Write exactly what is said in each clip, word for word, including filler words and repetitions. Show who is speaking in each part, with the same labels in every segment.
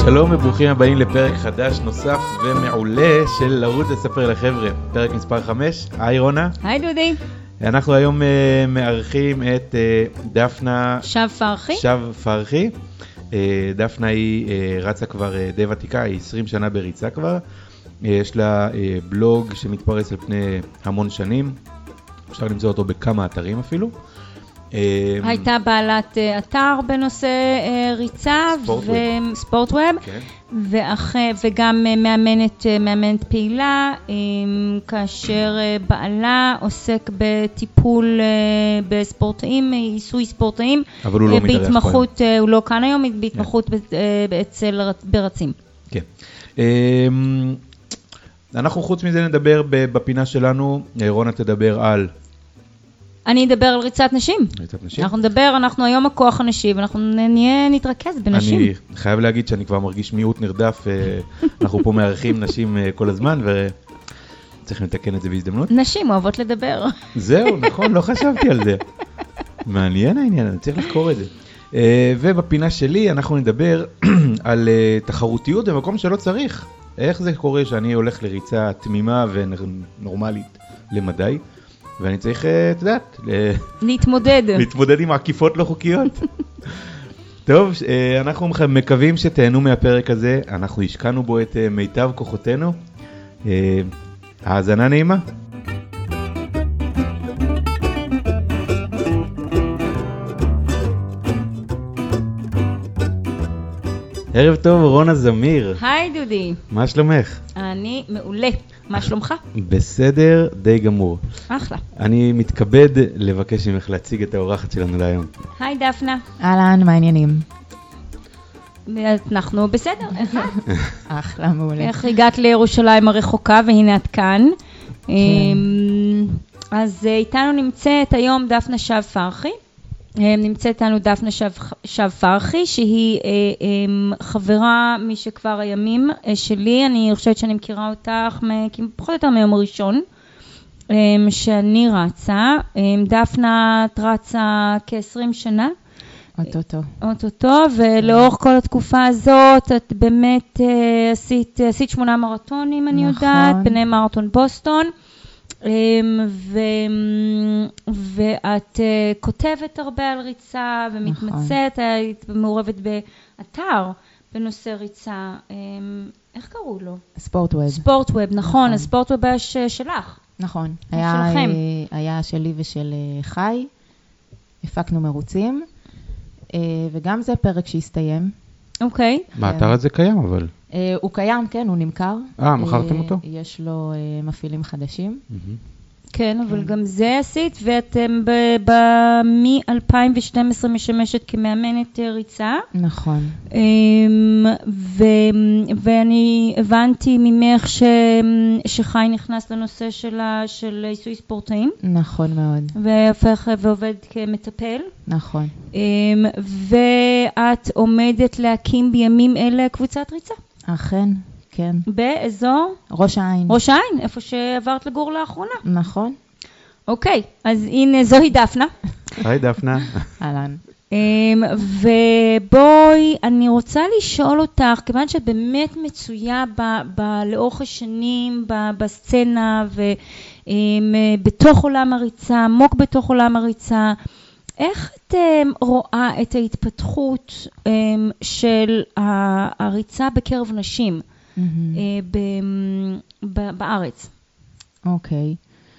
Speaker 1: שלום וברוכים הבאים לפרק חדש נוסף ומעולה של לרוץ לספר לחבר'ה, פרק מספר חמש. היי רונה.
Speaker 2: היי דודי.
Speaker 1: אנחנו היום uh, מארחים את uh, דפנה
Speaker 2: שב פרחי.
Speaker 1: שב פרחי. Uh, דפנה היא uh, רצה כבר uh, די ותיקה, היא עשרים שנה בריצה כבר. Uh, יש לה uh, בלוג שמתפרס על פני המון שנים, אפשר למצוא אותו בכמה אתרים אפילו.
Speaker 2: הייתה בעלת אתר בנושא ריצה וספורט ווב, וגם מאמנת, מאמנת פעילה, כאשר בעלה עוסק בטיפול בספורטאים, עיסוי ספורטאים,
Speaker 1: אבל הוא לא מתארח
Speaker 2: בהתמחות, הוא לא כאן היום, בהתמחות אצל ברצים.
Speaker 1: כן. אנחנו חוץ מזה נדבר בפינה שלנו, רונה תדבר על...
Speaker 2: אני אדבר על ריצת נשים.
Speaker 1: ריצת נשים.
Speaker 2: אנחנו נדבר, אנחנו היום הכוח הנשי, ואנחנו נהיה, נתרכז בנשים.
Speaker 1: אני חייב להגיד שאני כבר מרגיש מיעוט נרדף, אנחנו פה מארחים נשים כל הזמן, וצריך לתקן את זה בהזדמנות.
Speaker 2: נשים אוהבות לדבר.
Speaker 1: זהו, נכון, לא חשבתי על זה. מעניין העניין, אני צריך לחקור את זה. ובפינה שלי אנחנו נדבר על תחרותיות במקום שלא צריך. איך זה קורה שאני הולך לריצה תמימה ונורמלית למדי, ואני צריך, את יודעת,
Speaker 2: להתמודד.
Speaker 1: להתמודד עם עקיפות לא חוקיות. טוב, אנחנו מקווים שתהנו מהפרק הזה, אנחנו השקענו בו את מיטב כוחותינו. האזנה נעימה. ערב טוב, רונה זמיר.
Speaker 2: היי דודי.
Speaker 1: מה שלומך?
Speaker 2: אני מעולה. מה שלומך?
Speaker 1: בסדר, די גמור.
Speaker 2: אחלה.
Speaker 1: אני מתכבד לבקש ממך להציג את האורחת שלנו להיום.
Speaker 2: היי דפנה.
Speaker 3: אהלן, מה העניינים?
Speaker 2: אנחנו בסדר.
Speaker 3: אחלה, מעולה.
Speaker 2: איך הגעת לירושלים הרחוקה והנה את כאן. אז איתנו נמצאת היום דפנה שב פרחי. נמצאת איתנו דפנה שב, שב פרחי, שהיא אה, אה, חברה משכבר הימים אה, שלי. אני חושבת שאני מכירה אותך פחות או יותר מיום הראשון אה, שאני רצה. אה, דפנה את רצה כ-עשרים שנה.
Speaker 3: אוטוטו.
Speaker 2: אוטוטו, ולאורך כל התקופה הזאת את באמת אה, עשית, עשית שמונה מרתונים, אני נכון. יודעת, ביניהם מרתון בוסטון. ו... ואת כותבת הרבה על ריצה ומתמצאת, היית מעורבת באתר בנושא ריצה, איך קראו לו?
Speaker 3: ספורט ווב.
Speaker 2: ספורט ווב, נכון, הספורט ווב היה שלך.
Speaker 3: נכון, היה שלי ושל חי, הפקנו מרוצים, וגם זה פרק שהסתיים.
Speaker 2: אוקיי.
Speaker 1: באתר הזה קיים אבל.
Speaker 3: הוא קיים, כן, הוא נמכר.
Speaker 1: אה, מכרתם אותו?
Speaker 3: יש לו מפעילים חדשים.
Speaker 2: כן, אבל גם זה עשית, ואתם מ-אלפיים ושתים עשרה משמשת כמאמנת ריצה.
Speaker 3: נכון.
Speaker 2: ואני הבנתי ממך שחי נכנס לנושא של עיסוי ספורטאים.
Speaker 3: נכון מאוד.
Speaker 2: והפך ועובד כמטפל.
Speaker 3: נכון.
Speaker 2: ואת עומדת להקים בימים אלה קבוצת ריצה.
Speaker 3: אכן, כן.
Speaker 2: באזור?
Speaker 3: ראש העין.
Speaker 2: ראש העין, איפה שעברת לגור לאחרונה.
Speaker 3: נכון.
Speaker 2: אוקיי, אז הנה זוהי דפנה.
Speaker 1: היי דפנה.
Speaker 3: אהלן.
Speaker 2: ובואי, אני רוצה לשאול אותך, כיוון שאת באמת מצויה לאורך השנים בסצנה ובתוך עולם הריצה, עמוק בתוך עולם הריצה, איך את רואה את ההתפתחות של הריצה בקרב נשים בארץ?
Speaker 3: אוקיי.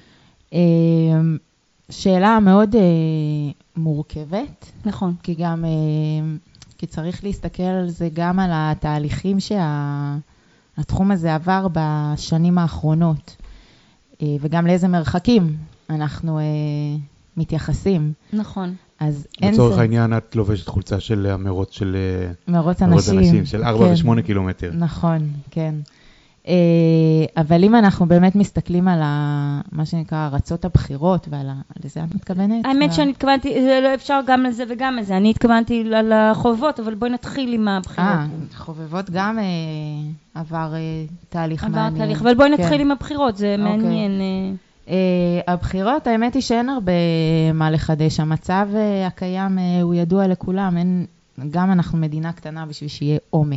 Speaker 3: שאלה מאוד מורכבת.
Speaker 2: נכון.
Speaker 3: כי גם, כי צריך להסתכל על זה גם על התהליכים שהתחום הזה עבר בשנים האחרונות, וגם לאיזה מרחקים אנחנו מתייחסים.
Speaker 2: נכון.
Speaker 3: אז
Speaker 1: לצורך העניין את לובשת חולצה של המרוץ של
Speaker 3: מרוץ אנשים,
Speaker 1: של ארבע ושמונה קילומטר.
Speaker 3: נכון, כן. אבל אם אנחנו באמת מסתכלים על מה שנקרא ארצות הבחירות, ועל לזה את מתכוונת?
Speaker 2: האמת שאני התכוונתי, לא אפשר גם לזה וגם לזה, אני התכוונתי לחובבות, אבל בואי נתחיל עם הבחירות.
Speaker 3: אה, חובבות גם עבר תהליך מעניין.
Speaker 2: עבר תהליך, אבל בואי נתחיל עם הבחירות, זה מעניין.
Speaker 3: הבחירות, האמת היא שאין הרבה מה לחדש, המצב הקיים הוא ידוע לכולם, גם אנחנו מדינה קטנה בשביל שיהיה עומק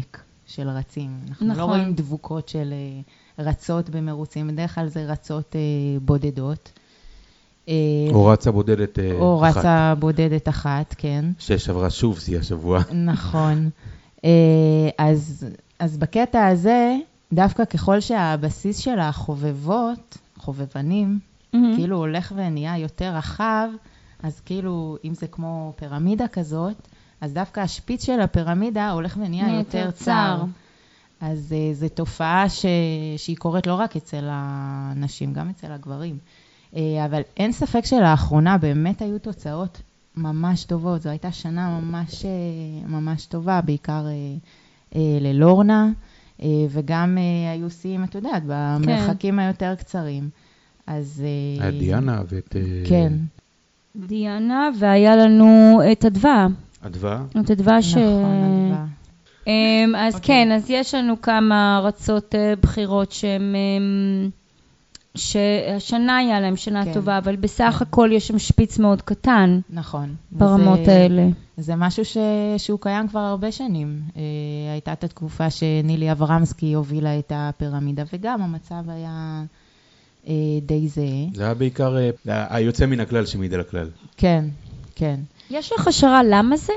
Speaker 3: של רצים. אנחנו
Speaker 2: נכון.
Speaker 3: לא רואים דבוקות של אה, רצות במרוצים, בדרך כלל זה רצות אה, בודדות. אה,
Speaker 1: או רצה בודדת אה,
Speaker 3: או
Speaker 1: אחת.
Speaker 3: רצה בודדת אחת, כן.
Speaker 1: ששברה שוב שיא השבוע.
Speaker 3: נכון. אה, אז, אז בקטע הזה, דווקא ככל שהבסיס של החובבות, חובבנים,
Speaker 2: Mhm.
Speaker 3: כאילו הולך ונהיה יותר רחב, אז כאילו אם זה כמו פירמידה כזאת, אז דווקא השפיץ של הפירמידה הולך ונהיה
Speaker 2: נהיה
Speaker 3: יותר
Speaker 2: יותר
Speaker 3: צר.
Speaker 2: צר.
Speaker 3: אז uh, זו תופעה ש... שהיא קורית לא רק אצל הנשים, גם אצל הגברים. Uh, אבל אין ספק שלאחרונה באמת היו תוצאות ממש טובות. זו הייתה שנה ממש, uh, ממש טובה, בעיקר uh, uh, ללורנה, uh, וגם uh, היו שיאים, את יודעת, במרחקים היותר קצרים. אז... uh,
Speaker 1: היה דיאנה ואת... אה,
Speaker 3: כן.
Speaker 2: דיאנה, והיה לנו את הדווה.
Speaker 1: אדווה.
Speaker 2: את הדווה ש...
Speaker 3: נכון, הדווה.
Speaker 2: אמ, אז
Speaker 3: אוקיי.
Speaker 2: כן, אז יש לנו כמה רצות אה, בחירות שהן, אמ, שהשנה היה להם שנה
Speaker 3: כן.
Speaker 2: טובה, אבל בסך הכל יש שם שפיץ מאוד קטן
Speaker 3: נכון.
Speaker 2: ברמות
Speaker 3: וזה,
Speaker 2: האלה.
Speaker 3: זה משהו ש, שהוא קיים כבר הרבה שנים. אה, הייתה את התקופה שנילי אברמסקי הובילה את הפירמידה, וגם המצב היה אה, די זהה.
Speaker 1: זה היה בעיקר אה, היוצא מן הכלל שמעיד על הכלל.
Speaker 3: כן, כן.
Speaker 2: יש לך השערה למה זה?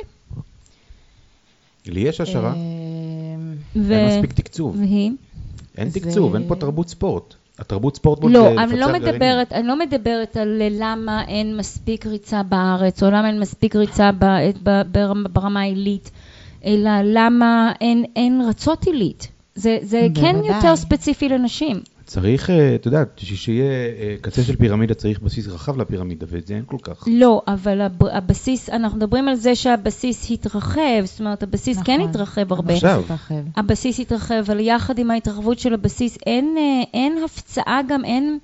Speaker 1: לי יש השערה,
Speaker 3: אה,
Speaker 2: ו...
Speaker 1: אין מספיק תקצוב.
Speaker 2: והיא?
Speaker 1: אין
Speaker 3: זה-
Speaker 1: תקצוב, אין פה תרבות ספורט. התרבות ספורט בו
Speaker 2: לא,
Speaker 1: זה
Speaker 2: אני לא
Speaker 1: לפצח גרעינים.
Speaker 2: מדברת, אני לא מדברת על למה אין מספיק ריצה בארץ, או למה אין מספיק ריצה ב, ב, ברמה, ברמה העילית, אלא למה אין, אין רצות עילית. זה, זה כן
Speaker 3: בוודאי.
Speaker 2: יותר ספציפי לנשים.
Speaker 1: צריך, אה, אתה יודע, שיהיה אה, קצה של פירמידה, צריך בסיס רחב לפירמידה, ואת זה אין כל כך.
Speaker 2: לא, אבל הב- הבסיס, אנחנו מדברים על זה שהבסיס התרחב, זאת אומרת, הבסיס כן
Speaker 3: נכון.
Speaker 2: התרחב הרבה.
Speaker 1: עכשיו.
Speaker 3: התרחב.
Speaker 2: הבסיס התרחב, אבל יחד עם ההתרחבות של הבסיס, אין, אה, אין הפצעה, גם אין,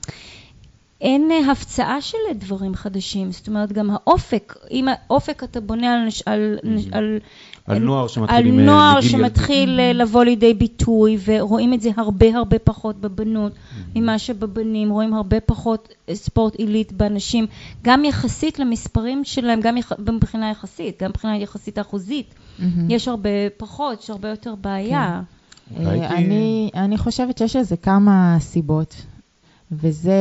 Speaker 2: אין אה, הפצעה של דברים חדשים. זאת אומרת, גם האופק, אם האופק אתה בונה על, נש- על, נש- על,
Speaker 1: על נוער
Speaker 2: על
Speaker 1: שמתחיל עם, אה,
Speaker 2: נוער
Speaker 1: מגיל ילדות.
Speaker 2: שמתחיל אה, לבוא לידי ביטוי, ורואים את זה הרבה הרבה פחות בבנות ממה שבבנים, רואים הרבה פחות אה, ספורט עילית באנשים, גם יחסית למספרים שלהם, גם יח... מבחינה יחסית, גם מבחינה יחסית אחוזית,
Speaker 3: מהמם.
Speaker 2: יש הרבה פחות, יש הרבה יותר בעיה.
Speaker 3: אה,
Speaker 1: ראיתי-
Speaker 3: אני, אני חושבת שיש לזה כמה סיבות, וזה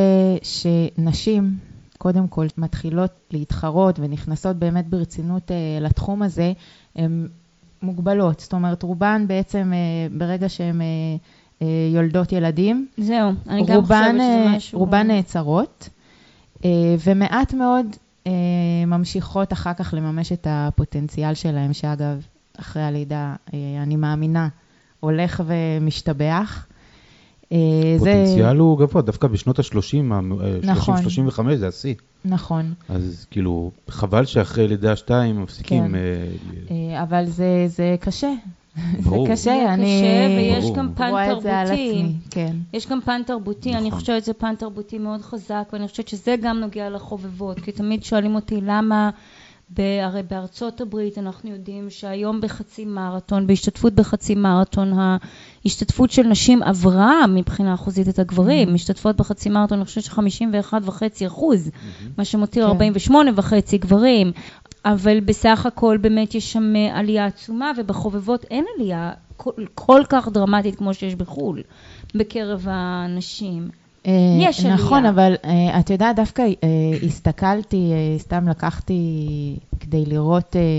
Speaker 3: שנשים, קודם כל, מתחילות להתחרות ונכנסות באמת ברצינות אה, לתחום הזה, הן מוגבלות. זאת אומרת, רובן בעצם, אה, ברגע שהן אה, אה, יולדות ילדים,
Speaker 2: זהו, אני גם
Speaker 3: רובן,
Speaker 2: חושבת שזה
Speaker 3: אה,
Speaker 2: משהו...
Speaker 3: רובן נעצרות, אה, ומעט מאוד אה, ממשיכות אחר כך לממש את הפוטנציאל שלהם, שאגב, אחרי הלידה, אה, אני מאמינה, הולך ומשתבח. אה, זה-
Speaker 1: פוטנציאל הוא גבוה, דווקא בשנות ה-שלושים,
Speaker 3: נכון.
Speaker 1: שלושים שלושים וחמש זה השיא.
Speaker 3: נכון.
Speaker 1: אז כאילו, חבל שאחרי לידה שתיים מפסיקים.
Speaker 3: כן.
Speaker 1: אה,
Speaker 3: אה, אבל זה, זה קשה.
Speaker 1: ברור.
Speaker 3: זה
Speaker 2: זה
Speaker 3: קשה, אני
Speaker 2: קשה, ויש
Speaker 1: ברור.
Speaker 2: גם פן
Speaker 3: רואה את זה על
Speaker 2: תרבותי.
Speaker 3: עצמי, כן.
Speaker 2: יש גם פן תרבותי, אני
Speaker 1: נכון.
Speaker 2: חושבת שזה פן תרבותי מאוד חזק, ואני חושבת שזה גם נוגע לחובבות, כי תמיד שואלים אותי למה, ב- הרי בארצות הברית אנחנו יודעים שהיום בחצי מרתון, בהשתתפות בחצי מרתון, ההשתתפות של נשים עברה מבחינה אחוזית את הגברים, משתתפות בחצי מרתון, אני חושבת ש-חמישים ואחד וחצי אחוז, מה שמותיר
Speaker 3: כן.
Speaker 2: ארבעים ושמונה וחצי גברים, אבל בסך הכל באמת יש שם אה, עלייה עצומה, ובחובבות אין עלייה כל, כל כך דרמטית כמו שיש בחול, בקרב הנשים.
Speaker 3: אה,
Speaker 2: יש עלייה.
Speaker 3: נכון, אבל אה, את יודעת, דווקא אה, הסתכלתי, אה, סתם לקחתי כדי לראות אה,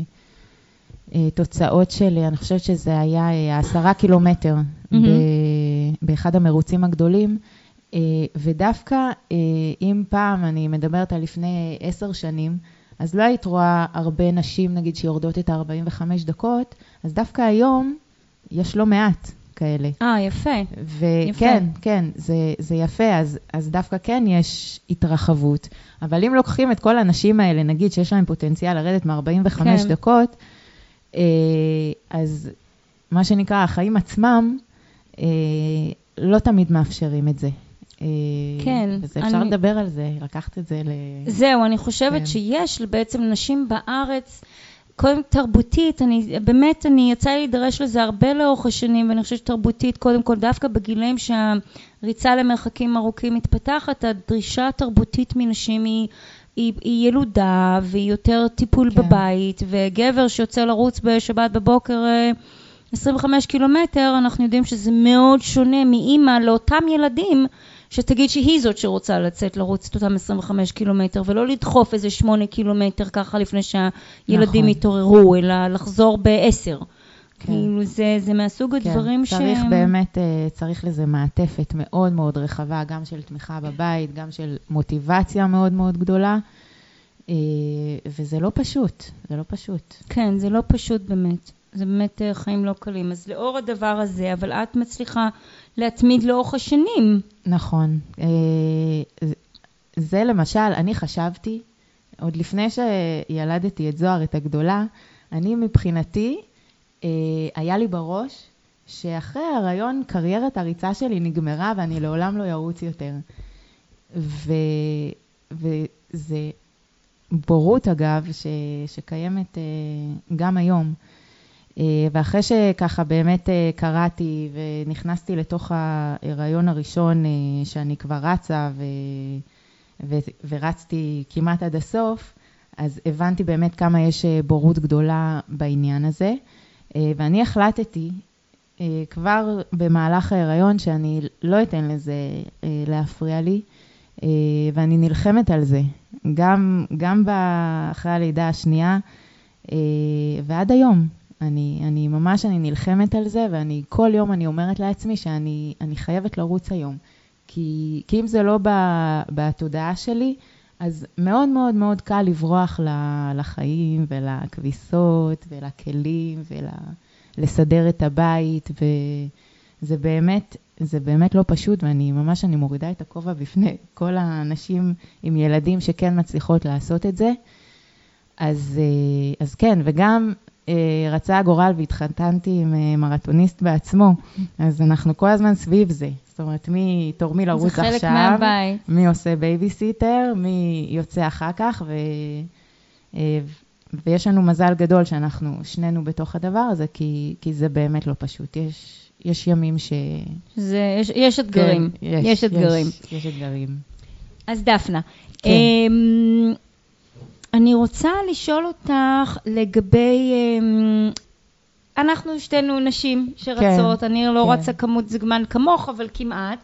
Speaker 3: אה, תוצאות של, אני חושבת שזה היה אה, עשרה קילומטר ב- באחד המרוצים הגדולים, אה, ודווקא אה, אם פעם אני מדברת על לפני עשר שנים, אז לא היית רואה הרבה נשים, נגיד, שיורדות את ה-ארבעים וחמש דקות, אז דווקא היום יש לא מעט כאלה.
Speaker 2: אה, יפה.
Speaker 3: וכן, כן, זה, זה יפה, אז, אז דווקא כן יש התרחבות, אבל אם לוקחים את כל הנשים האלה, נגיד שיש להם פוטנציאל לרדת מ-ארבעים וחמש
Speaker 2: כן.
Speaker 3: דקות, אה, אז מה שנקרא, החיים עצמם אה, לא תמיד מאפשרים את זה. אה,
Speaker 2: כן,
Speaker 3: אז אפשר
Speaker 2: אני-
Speaker 3: לדבר על זה, לקחת את זה ל...
Speaker 2: זהו, אני חושבת
Speaker 3: כן.
Speaker 2: שיש בעצם נשים בארץ, קודם תרבותית, אני, באמת אני יצא לי להידרש לזה הרבה לאורך השנים, ואני חושבת שתרבותית, קודם כל דווקא בגילאים שהריצה למרחקים ארוכים מתפתחת, הדרישה התרבותית מנשים היא, היא, היא ילודה, והיא יותר טיפול
Speaker 3: כן.
Speaker 2: בבית, וגבר שיוצא לרוץ בשבת בבוקר, אה, עשרים וחמישה קילומטר, אנחנו יודעים שזה מאוד שונה מאמא לאותם ילדים, שתגיד שהיא זאת שרוצה לצאת לרוץ את אותם עשרים וחמישה קילומטר, ולא לדחוף איזה שמונה קילומטר ככה לפני שהילדים
Speaker 3: נכון.
Speaker 2: יתעוררו, אלא לחזור בעשר. כן. כאילו זה, זה מהסוג כן. הדברים
Speaker 3: צריך
Speaker 2: שהם...
Speaker 3: צריך באמת, צריך לזה מעטפת מאוד מאוד רחבה, גם של תמיכה בבית, גם של מוטיבציה מאוד מאוד גדולה, וזה לא פשוט, זה לא פשוט.
Speaker 2: כן, זה לא פשוט באמת. זה באמת חיים לא קלים. אז לאור הדבר הזה, אבל את מצליחה להתמיד לאורך השנים.
Speaker 3: נכון. זה למשל, אני חשבתי, עוד לפני שילדתי את זוהר, את הגדולה, אני מבחינתי, היה לי בראש שאחרי הרעיון קריירת הריצה שלי נגמרה ואני לעולם לא ירוץ יותר. ו, וזה בורות אגב ש, שקיימת גם היום. ואחרי שככה באמת קראתי ונכנסתי לתוך הרעיון הראשון שאני כבר רצה ו, ו, ורצתי כמעט עד הסוף, אז הבנתי באמת כמה יש בורות גדולה בעניין הזה. ואני החלטתי כבר במהלך ההיריון שאני לא אתן לזה להפריע לי, ואני נלחמת על זה, גם, גם אחרי הלידה השנייה, ועד היום. אני, אני ממש, אני נלחמת על זה, ואני כל יום אני אומרת לעצמי שאני אני חייבת לרוץ היום. כי, כי אם זה לא בתודעה שלי, אז מאוד מאוד מאוד קל לברוח לחיים ולכביסות ולכלים ולסדר את הבית, וזה באמת, זה באמת לא פשוט, ואני ממש, אני מורידה את הכובע בפני כל האנשים עם ילדים שכן מצליחות לעשות את זה. אז, אז כן, וגם רצה הגורל והתחתנתי עם מרתוניסט בעצמו, אז אנחנו כל הזמן סביב זה. זאת אומרת, מי תורמי לרוץ עכשיו,
Speaker 2: זה חלק מהבית.
Speaker 3: מי עושה בייביסיטר, מי יוצא אחר כך, ו, ויש לנו מזל גדול שאנחנו שנינו בתוך הדבר הזה, כי, כי זה באמת לא פשוט. יש, יש ימים ש...
Speaker 2: זה, יש, יש אתגרים.
Speaker 3: כן, יש,
Speaker 2: יש אתגרים.
Speaker 3: יש, יש אתגרים.
Speaker 2: אז דפנה,
Speaker 3: כן.
Speaker 2: אמ, אני רוצה לשאול אותך לגבי, אנחנו שתינו נשים שרצות, כן, אני לא כן. רצה כמות זמן כמוך, אבל כמעט,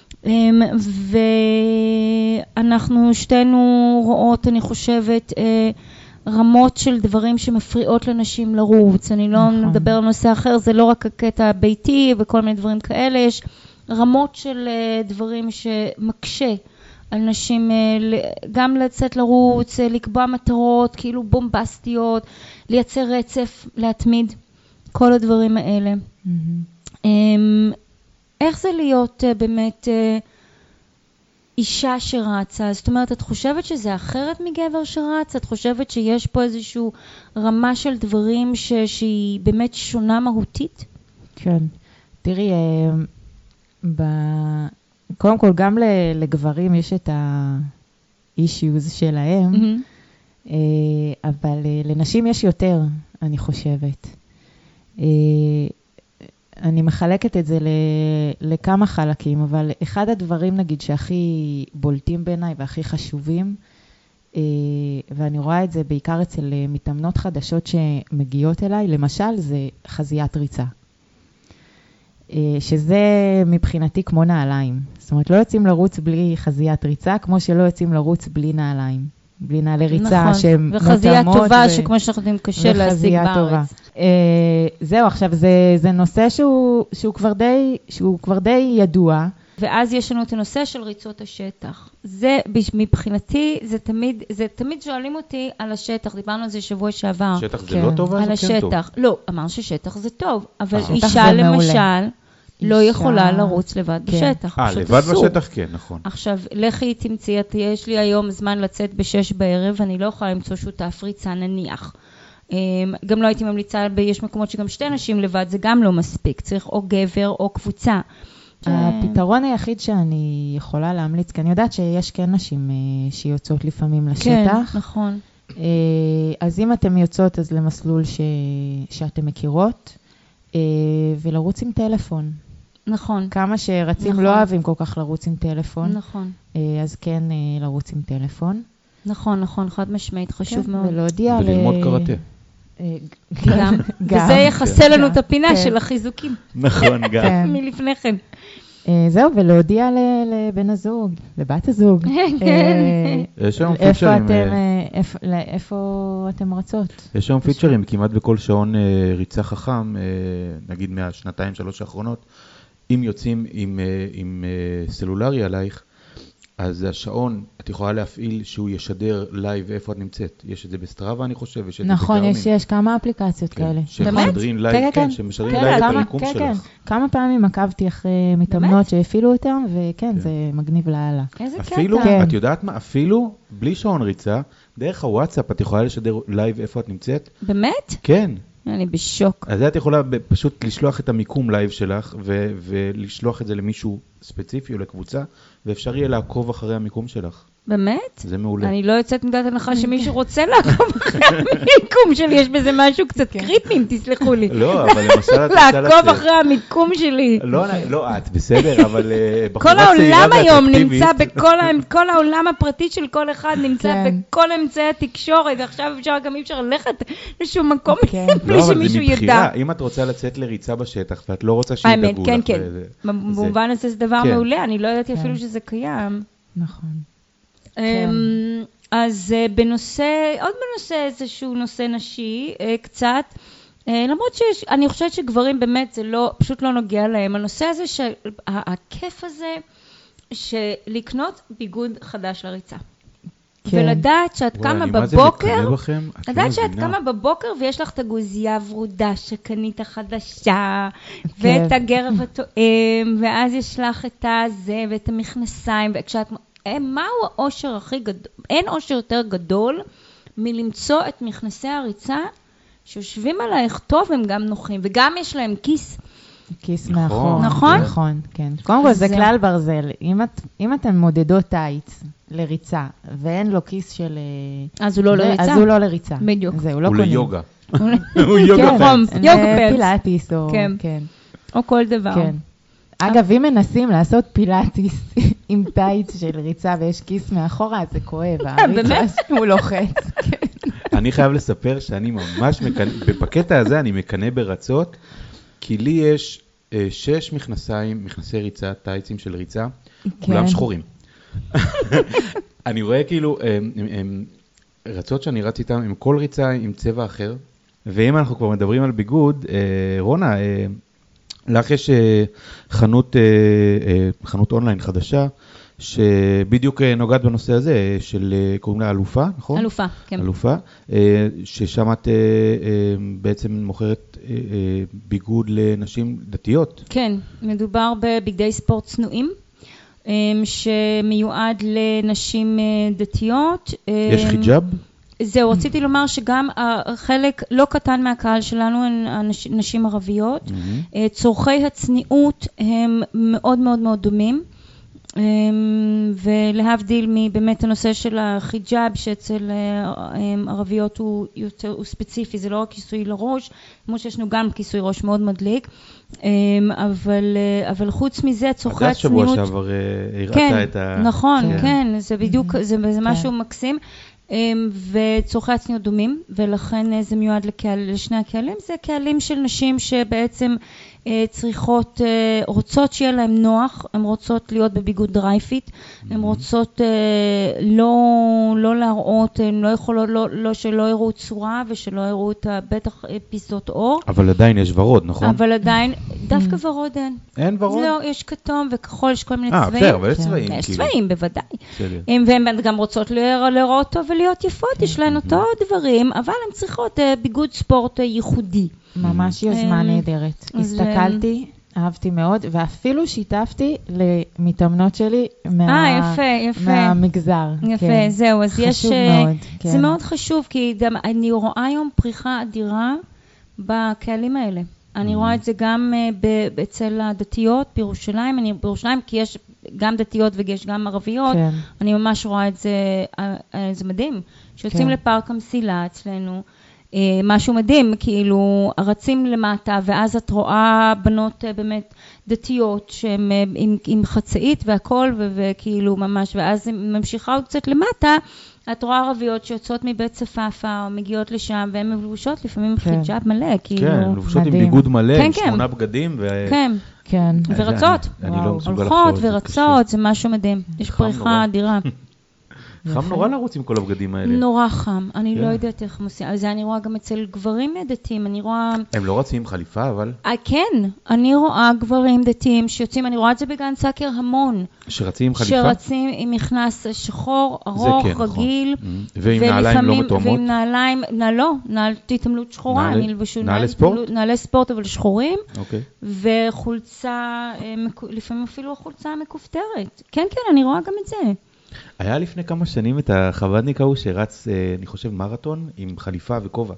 Speaker 2: ואנחנו שתינו רואות, אני חושבת, רמות של דברים שמפריעות לנשים לרוץ. אני לא נכון. מדבר על נושא אחר, זה לא רק הקטע הביתי וכל מיני דברים כאלה, יש רמות של דברים שמקשה על נשים גם לצאת לרוץ, לקבוע מטרות כאילו בומבסטיות, לייצר רצף, להתמיד, כל הדברים האלה. Mm-hmm. איך זה להיות באמת אישה שרצה? זאת אומרת, את חושבת שזה אחרת מגבר שרץ? את חושבת שיש פה איזושהי רמה של דברים ש... שהיא באמת שונה מהותית?
Speaker 3: כן. תראי, ב... קודם כל, גם לגברים יש את ה-issues שלהם, mm-hmm. אבל לנשים יש יותר, אני חושבת. אני מחלקת את זה לכמה חלקים, אבל אחד הדברים, נגיד, שהכי בולטים בעיניי והכי חשובים, ואני רואה את זה בעיקר אצל מתאמנות חדשות שמגיעות אליי, למשל, זה חזיית ריצה. שזה מבחינתי כמו נעליים. זאת אומרת, לא יוצאים לרוץ בלי חזיית ריצה, כמו שלא יוצאים לרוץ בלי נעליים. בלי נעלי ריצה
Speaker 2: נכון.
Speaker 3: שהן
Speaker 2: נותמות. וחזייה טובה, ו... שכמו שאנחנו יודעים קשה להשיג בארץ.
Speaker 3: אה, זהו, עכשיו, זה, זה נושא שהוא, שהוא, כבר די, שהוא כבר די ידוע.
Speaker 2: ואז יש לנו את הנושא של ריצות השטח. זה, מבחינתי, זה תמיד, זה תמיד שואלים אותי על השטח. דיברנו על זה שבוע שעבר.
Speaker 1: שטח זה לא טוב,
Speaker 2: על
Speaker 1: זה כן טוב.
Speaker 2: השטח. לא, אמר ששטח זה טוב, אבל אישה למשל, לא יכולה לרוץ לבד בשטח.
Speaker 1: אה, לבד בשטח כן, נכון.
Speaker 2: עכשיו, לכי תמצאי, יש לי היום זמן לצאת בשש בערב, אני לא יכולה למצוא שותף ריצה נניח. גם לא הייתי ממליצה, יש מקומות שגם שתי נשים לבד, זה גם לא מספיק. צריך או גבר או קבוצה.
Speaker 3: הפתרון היחיד שאני יכולה להמליץ, כי אני יודעת שיש כן נשים שיוצאות לפעמים לשטח.
Speaker 2: כן, נכון.
Speaker 3: אז אם אתן יוצאות, אז למסלול שאתן מכירות, ולרוץ עם טלפון.
Speaker 2: נכון.
Speaker 3: כמה שרצים נכון. לא אוהבים כל כך לרוץ עם טלפון.
Speaker 2: נכון.
Speaker 3: אז כן לרוץ עם טלפון.
Speaker 2: נכון, נכון, חד משמעית, חשוב
Speaker 3: כן,
Speaker 2: מאוד.
Speaker 3: ולהודיע
Speaker 1: וללמוד ל... קראטה.
Speaker 2: גם. וזה יחסה לנו את הפינה של החיזוקים.
Speaker 1: נכון, גם.
Speaker 2: מלפני כן.
Speaker 3: זהו, ולהודיע לבן הזוג, לבת הזוג.
Speaker 1: יש היום פיצ'רים.
Speaker 3: איפה אתם רצות?
Speaker 1: יש היום פיצ'רים, כמעט בכל שעון ריצה חכם, נגיד מהשנתיים, שלוש האחרונות, אם יוצאים עם סלולרי עלייך, אז השעון, את יכולה להפעיל שהוא ישדר לייב איפה את נמצאת. יש את זה בסטראבה, אני חושב, יש את זה
Speaker 3: נכון, יש, יש כמה אפליקציות כאלה.
Speaker 1: שמשדרים לייב, כן, שמשדרים לייב את המיקום שלך.
Speaker 3: כמה פעמים עקבתי אחרי מתאמנות שהפעילו אותם, וכן, זה מגניב להלאה.
Speaker 2: איזה קטע.
Speaker 1: אפילו, את יודעת מה? אפילו בלי שעון ריצה, דרך הוואטסאפ את יכולה לשדר לייב איפה את נמצאת.
Speaker 2: באמת?
Speaker 1: כן.
Speaker 2: אני בשוק.
Speaker 1: אז את יכולה פשוט לשלוח את המיקום לייב שלך, ולשלוח את זה למישהו ספציפי או לקבוצה, ואפשר יהיה לעקוב אחרי המיקום שלך.
Speaker 2: באמת?
Speaker 1: זה מעולה.
Speaker 2: אני לא יוצאת מנקודת הנחה שמישהו רוצה לעקוב אחרי המיקום שלי, יש בזה משהו קצת קריפי, אם תסלחו לי.
Speaker 1: לא, אבל למשל את רוצה לצאת.
Speaker 2: לעקוב אחרי המיקום שלי.
Speaker 1: לא, את בסדר, אבל בחורה
Speaker 2: כל
Speaker 1: צעירה
Speaker 2: העולם היום
Speaker 1: ואטרקטיבית.
Speaker 2: נמצא כל העולם הפרטי של כל אחד נמצא בכל אמצעי התקשורת, ועכשיו אפשר גם אי אפשר ללכת לשום מקום בלי שמישהו ידע.
Speaker 1: אם את רוצה לצאת לריצה בשטח, ואת לא רוצה שידאגו לך.
Speaker 2: האמת, כן, כן. במובן הזה זה דבר מעולה, אני לא ידעתי אפילו שזה קיים.
Speaker 3: נכון.
Speaker 2: אז בנושא, עוד בנושא איזשהו נושא נשי, קצת, למרות שאני חושבת שגברים באמת זה לא, פשוט לא נוגע להם. הנושא הזה, הכיף הזה, שלקנות ביגוד חדש לריצה. ולדעת שאת קמה בבוקר, לדעת שאת קמה בבוקר ויש לך את הגוזייה הוורודה שקנית החדשה, ואת הגרב התואם, ואז יש לך את הזה ואת המכנסיים, וכשאת... מהו האושר הכי גדול? אין אושר יותר גדול מלמצוא את מכנסי הריצה שיושבים עלייך טוב, הם גם נוחים, וגם יש להם כיס.
Speaker 3: כיס מאחור.
Speaker 2: נכון?
Speaker 3: נכון, כן. קודם כל זה כלל ברזל. אם אתן מודדות טייץ לריצה, ואין לו כיס של...
Speaker 2: אז הוא לא לריצה.
Speaker 3: אז הוא לא לריצה.
Speaker 2: בדיוק.
Speaker 1: הוא ליוגה. הוא יוגה פנס.
Speaker 2: יוגה פנס.
Speaker 3: פילאטיס או... כן.
Speaker 2: או כל דבר. כן.
Speaker 3: אגב, אם מנסים לעשות פילאטיס עם טייץ של ריצה ויש כיס מאחורה, זה כואב.
Speaker 2: באמת?
Speaker 3: הוא לוחץ.
Speaker 1: אני חייב לספר שאני ממש מקנה, בקטע הזה אני מקנה ברצות, כי לי יש שש מכנסיים, מכנסי ריצה, טייצים של ריצה, כולם שחורים. אני רואה כאילו, רצות שאני רץ איתם, עם כל ריצה עם צבע אחר, ואם אנחנו כבר מדברים על ביגוד, רונה, לך יש חנות, חנות אונליין חדשה, שבדיוק נוגעת בנושא הזה, של קוראים לה אלופה, נכון?
Speaker 2: אלופה, כן.
Speaker 1: אלופה, ששם את בעצם מוכרת ביגוד לנשים דתיות.
Speaker 2: כן, מדובר בבגדי ספורט צנועים, שמיועד לנשים דתיות.
Speaker 1: יש חיג'אב?
Speaker 2: זהו, רציתי לומר שגם חלק לא קטן מהקהל שלנו הן נשים ערביות. צורכי הצניעות הם מאוד מאוד מאוד דומים. ולהבדיל מבאמת הנושא של החיג'אב, שאצל ערביות הוא יותר, הוא ספציפי, זה לא רק כיסוי לראש, כמו שישנו גם כיסוי ראש מאוד מדליק, אבל, אבל חוץ מזה צורכי הצניעות...
Speaker 1: עד שבוע שעבר הראתה את ה...
Speaker 2: נכון, כן, זה בדיוק, זה משהו מקסים. וצורכי הצניעות דומים, ולכן זה מיועד לקהל, לשני הקהלים. זה קהלים של נשים שבעצם צריכות, רוצות שיהיה להם נוח, הן רוצות להיות בביגוד דרייפיט, הן רוצות לא, לא להראות, הן לא יכולות, לא, לא, שלא יראו צורה ושלא יראו את בטח פיסות אור.
Speaker 1: אבל עדיין יש ורוד, נכון?
Speaker 2: אבל עדיין, דווקא ורוד אין.
Speaker 1: אין ורוד?
Speaker 2: לא, יש כתום וכחול, יש כל מיני צבעים.
Speaker 1: אה, בסדר, אבל יש צבעים.
Speaker 2: יש צבעים, בוודאי. והן גם רוצות לראות טוב ולהיות יפות, יש להן אותו דברים, אבל הן צריכות ביגוד ספורט ייחודי.
Speaker 3: ממש יוזמה נהדרת. הסתכלתי, אהבתי מאוד, ואפילו שיתפתי למתאמנות שלי מהמגזר.
Speaker 2: יפה, זהו, אז יש... זה מאוד חשוב, כי אני רואה היום פריחה אדירה בקהלים האלה. אני רואה את זה גם אצל הדתיות בירושלים, אני בירושלים כי יש גם דתיות ויש גם ערביות, אני ממש רואה את זה, זה מדהים, שיוצאים לפארק המסילה אצלנו, משהו מדהים, כאילו רצים למטה, ואז את רואה בנות באמת דתיות שהן אה, עם, עם חצאית והכל, ו- וכאילו ממש, ואז היא ממשיכה עוד קצת למטה, את רואה ערביות שיוצאות מבית צפאפה, או מגיעות לשם, והן מבושות לפעמים
Speaker 3: כן.
Speaker 2: חיג'אב מלא, כאילו...
Speaker 1: כן, לבושות עם
Speaker 3: מדהים.
Speaker 1: ביגוד מלא,
Speaker 2: כן,
Speaker 1: עם
Speaker 2: כן.
Speaker 1: שמונה בגדים, ו...
Speaker 2: כן,
Speaker 3: כן.
Speaker 2: ורצות,
Speaker 1: אני- אני לא מסוגל
Speaker 2: הולכות
Speaker 1: לחשוב, זה
Speaker 2: ורצות, זה משהו מדהים. יש
Speaker 1: חם
Speaker 2: פריחה
Speaker 1: נורא.
Speaker 2: אדירה.
Speaker 1: חם נורא לרוץ עם כל הבגדים האלה.
Speaker 2: נורא חם, אני
Speaker 1: כן.
Speaker 2: לא יודעת איך הם עושים, אבל זה אני רואה גם אצל גברים דתיים, אני רואה...
Speaker 1: הם לא רצים עם חליפה, אבל...
Speaker 2: אה, כן, אני רואה גברים דתיים שיוצאים, אני רואה את זה בגן סאקר המון,
Speaker 1: שרצים עם חליפה?
Speaker 2: שרצים עם מכנס שחור,
Speaker 1: זה
Speaker 2: ארוך,
Speaker 1: כן, נכון.
Speaker 2: רגיל,
Speaker 1: Mm. ועם נעליים לא
Speaker 2: ולפעמים-
Speaker 1: מתואמות?
Speaker 2: ועם נעליים, נע- לא, נעל התעמלות שחורה,
Speaker 1: נעלי-
Speaker 2: הם ילבשו
Speaker 1: נעלי
Speaker 2: נעל
Speaker 1: ספורט?
Speaker 2: התעמלות- נעלי ספורט אבל שחורים,
Speaker 1: אוקיי.
Speaker 2: וחולצה, אה, מקו- לפעמים אפילו החולצה המכופתרת. כן, כן, אני רואה גם את זה.
Speaker 1: היה לפני כמה שנים את החבדניק ההוא שרץ, אה, אני חושב, מרתון עם חליפה וכובע.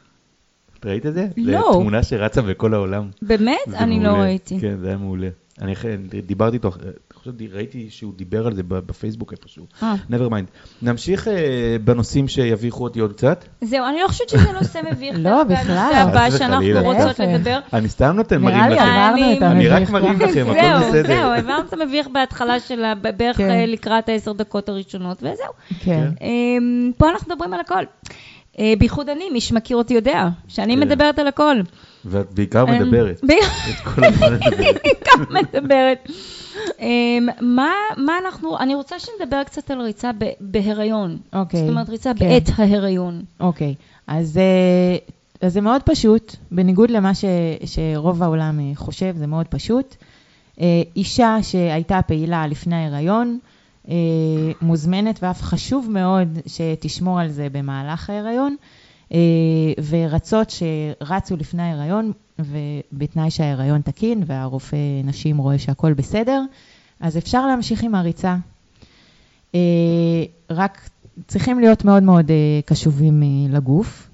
Speaker 1: את ראית את זה?
Speaker 2: לא.
Speaker 1: זו תמונה שרצה בכל העולם.
Speaker 2: באמת?
Speaker 1: זה
Speaker 2: אני לא
Speaker 1: מעולה.
Speaker 2: ראיתי.
Speaker 1: כן, זה היה מעולה. אני ח- דיברתי איתו, אני חושב, ראיתי שהוא דיבר על זה ב- בפייסבוק איפשהו.
Speaker 2: אה.
Speaker 1: never mind. נמשיך אה, בנושאים שיביכו אותי עוד קצת.
Speaker 2: זהו, אני לא חושבת שזה נושא מביך.
Speaker 3: לא,
Speaker 2: דווקא
Speaker 3: בכלל.
Speaker 2: הנושא הבא
Speaker 1: חס
Speaker 2: שאנחנו
Speaker 1: וחלילה.
Speaker 2: רוצות
Speaker 3: להפך.
Speaker 2: לדבר.
Speaker 1: אני סתם נותן
Speaker 3: נראה
Speaker 1: מרים
Speaker 3: לי
Speaker 1: לכם.
Speaker 3: עברנו את
Speaker 1: אני רק
Speaker 3: המביך
Speaker 1: מרים
Speaker 3: כבר.
Speaker 1: לכם, הכל
Speaker 2: זהו,
Speaker 1: בסדר.
Speaker 2: זהו, העברנו את המביך בהתחלה של ה- בערך
Speaker 3: כן.
Speaker 2: אה, לקראת העשר דקות הראשונות, וזהו.
Speaker 3: כן.
Speaker 2: אמ, פה אנחנו מדברים על הכל. אה, בייחוד אני, מי שמכיר אותי יודע, שאני
Speaker 1: כן.
Speaker 2: מדברת על הכל.
Speaker 1: ואת בעיקר
Speaker 2: אמ,
Speaker 1: מדברת.
Speaker 2: ב-
Speaker 1: את כל הזמן מדברת.
Speaker 2: בעיקר מדברת. אמ, מה מה אנחנו, אני רוצה שנדבר קצת על ריצה ב- בהיריון.
Speaker 3: אוקיי.
Speaker 2: זאת אומרת, ריצה
Speaker 3: כן.
Speaker 2: בעת ההיריון.
Speaker 3: אוקיי, אז, אה, אז זה מאוד פשוט, בניגוד למה ש, שרוב העולם אה, חושב, זה מאוד פשוט. אה, אישה שהייתה פעילה לפני ההיריון, אה, מוזמנת ואף חשוב מאוד שתשמור על זה במהלך ההיריון, אה, ורצות שרצו לפני ההיריון, ובתנאי שההיריון תקין והרופא נשים רואה שהכל בסדר, אז אפשר להמשיך עם הריצה. אה, רק צריכים להיות מאוד מאוד אה, קשובים אה, לגוף.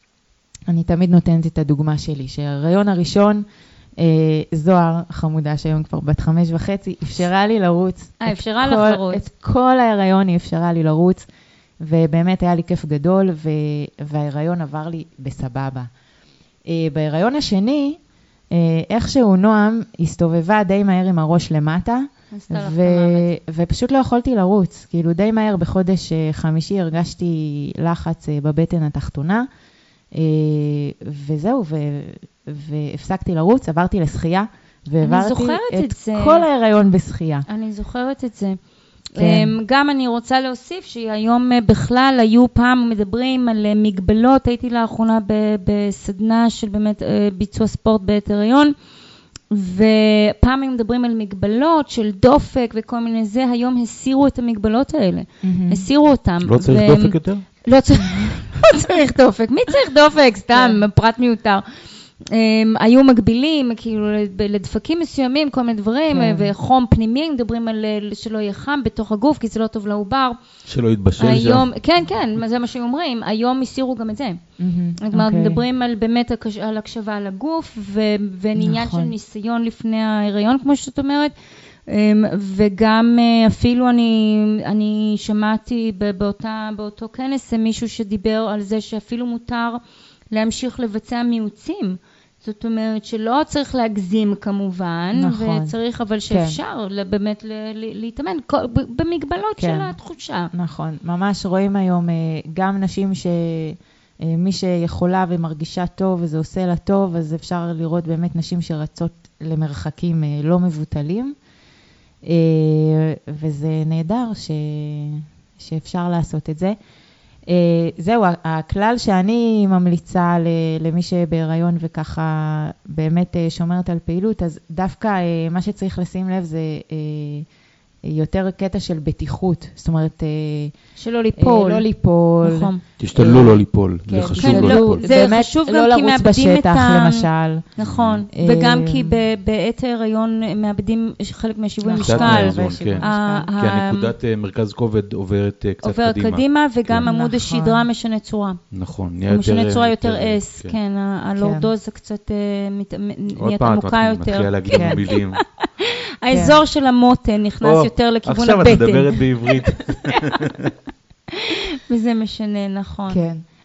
Speaker 3: אני תמיד נותנת את הדוגמה שלי, שההיריון הראשון, אה, זוהר, חמודה שהיום כבר בת חמש וחצי, אפשרה לי לרוץ.
Speaker 2: אה,
Speaker 3: את
Speaker 2: אפשרה לך
Speaker 3: כל-
Speaker 2: לרוץ.
Speaker 3: את כל ההיריון היא אפשרה לי לרוץ, ובאמת היה לי כיף גדול, ו- וההיריון עבר לי בסבבה. אה, בהיריון השני, אה, איכשהו נועם הסתובבה די מהר עם הראש למטה,
Speaker 2: עשתה לך את
Speaker 3: ו-
Speaker 2: המוות.
Speaker 3: ופשוט לא יכולתי לרוץ, כאילו די מהר בחודש אה, חמישי הרגשתי לחץ אה, בבטן התחתונה, אה, וזהו, ו- והפסקתי לרוץ, עברתי לשחייה, והעברתי
Speaker 2: זוכרת את
Speaker 3: את
Speaker 2: זה.
Speaker 3: כל ההיריון בשחייה.
Speaker 2: אני זוכרת את זה.
Speaker 3: כן.
Speaker 2: אמ, גם אני רוצה להוסיף שהיום אה, בכלל היו פעם מדברים על אה, מגבלות, הייתי לאחרונה ב- בסדנה של באמת אה, ביצוע ספורט בעת הריון, ופעם הם מדברים על מגבלות של דופק וכל מיני זה, היום הסירו את המגבלות האלה,
Speaker 3: מהמם.
Speaker 2: הסירו אותם.
Speaker 1: לא צריך
Speaker 2: ו-
Speaker 1: דופק יותר?
Speaker 2: לא צריך, לא צריך דופק, מי צריך דופק? סתם, פרט מיותר. Um, היו מגבילים, כאילו, לד- לדפקים מסוימים, כל מיני דברים,
Speaker 3: כן.
Speaker 2: וחום פנימי, מדברים על אה, שלא יהיה חם בתוך הגוף, כי זה לא טוב לעובר.
Speaker 1: שלא יתבשל שם.
Speaker 2: היום, כן, כן, זה מה שהם אומרים, היום הסירו גם את זה.
Speaker 3: מהמם,
Speaker 2: זאת אומרת,
Speaker 3: אוקיי.
Speaker 2: מדברים על באמת הקש- על הקשבה על הגוף, ו- ועניין
Speaker 3: נכון.
Speaker 2: של ניסיון לפני ההיריון, כמו שאת אומרת, Um, וגם uh, אפילו אני, אני שמעתי ב- באותה, באותו כנס מישהו שדיבר על זה שאפילו מותר להמשיך לבצע מיוצים. זאת אומרת שלא צריך להגזים כמובן,
Speaker 3: נכון.
Speaker 2: וצריך אבל שאפשר כן. באמת ל- ל- להתאמן כל- ב- במגבלות
Speaker 3: כן.
Speaker 2: של התחושה.
Speaker 3: נכון, ממש רואים היום אה, גם נשים שמי שיכולה ומרגישה טוב וזה עושה לה טוב, אז אפשר לראות באמת נשים שרצות למרחקים אה, לא מבוטלים, אה, וזה נהדר ש... שאפשר לעשות את זה. אה, זהו, הכלל שאני ממליצה ל- למי שבהיריון וככה באמת אה, שומרת על פעילות, אז דווקא אה, מה שצריך לשים לב זה אה, יותר קטע של בטיחות, זאת אומרת, אה,
Speaker 2: שלא ליפול.
Speaker 3: אה, לא ליפול.
Speaker 2: נכון.
Speaker 1: תשתדלו לא ליפול,
Speaker 3: כן,
Speaker 1: זה חשוב
Speaker 2: כן,
Speaker 1: לא
Speaker 2: לא,
Speaker 1: ליפול.
Speaker 2: זה
Speaker 3: באמת
Speaker 2: חשוב גם
Speaker 3: לא
Speaker 2: כי
Speaker 3: לרוץ
Speaker 2: מאבדים את
Speaker 3: בשטח,
Speaker 2: ה-
Speaker 3: למשל.
Speaker 2: נכון,
Speaker 3: אה,
Speaker 2: וגם כי ב- בעת ההיריון מאבדים חלק מהשיווי
Speaker 3: נכון.
Speaker 1: קצת
Speaker 2: משקל.
Speaker 1: מהאיזון,
Speaker 3: ושיווי
Speaker 1: כן.
Speaker 3: משקל.
Speaker 2: ה-
Speaker 1: כי
Speaker 2: ה-
Speaker 1: הנקודת אה, מרכז כובד עוברת אה, קצת
Speaker 2: עובר
Speaker 1: קדימה.
Speaker 2: קדימה, וגם
Speaker 1: כן.
Speaker 2: עמוד
Speaker 3: נכון.
Speaker 2: השדרה משנה צורה.
Speaker 1: נכון, נהיה
Speaker 2: הוא
Speaker 1: יותר...
Speaker 2: משנה צורה יותר
Speaker 1: אה,
Speaker 2: אס, כן, ה- הלורדוזה קצת אה, מת- מ-
Speaker 1: עוד
Speaker 2: נהיית
Speaker 1: פעם, את
Speaker 2: עמוקה
Speaker 1: מתחילה
Speaker 2: יותר.
Speaker 1: להגיד
Speaker 3: כן.
Speaker 1: לנו מילים.
Speaker 2: האזור של המותן נכנס
Speaker 1: או,
Speaker 2: יותר לכיוון
Speaker 1: עכשיו את
Speaker 2: הבטן.
Speaker 1: מדברת בעברית.
Speaker 2: וזה משנה, נכון.
Speaker 3: כן.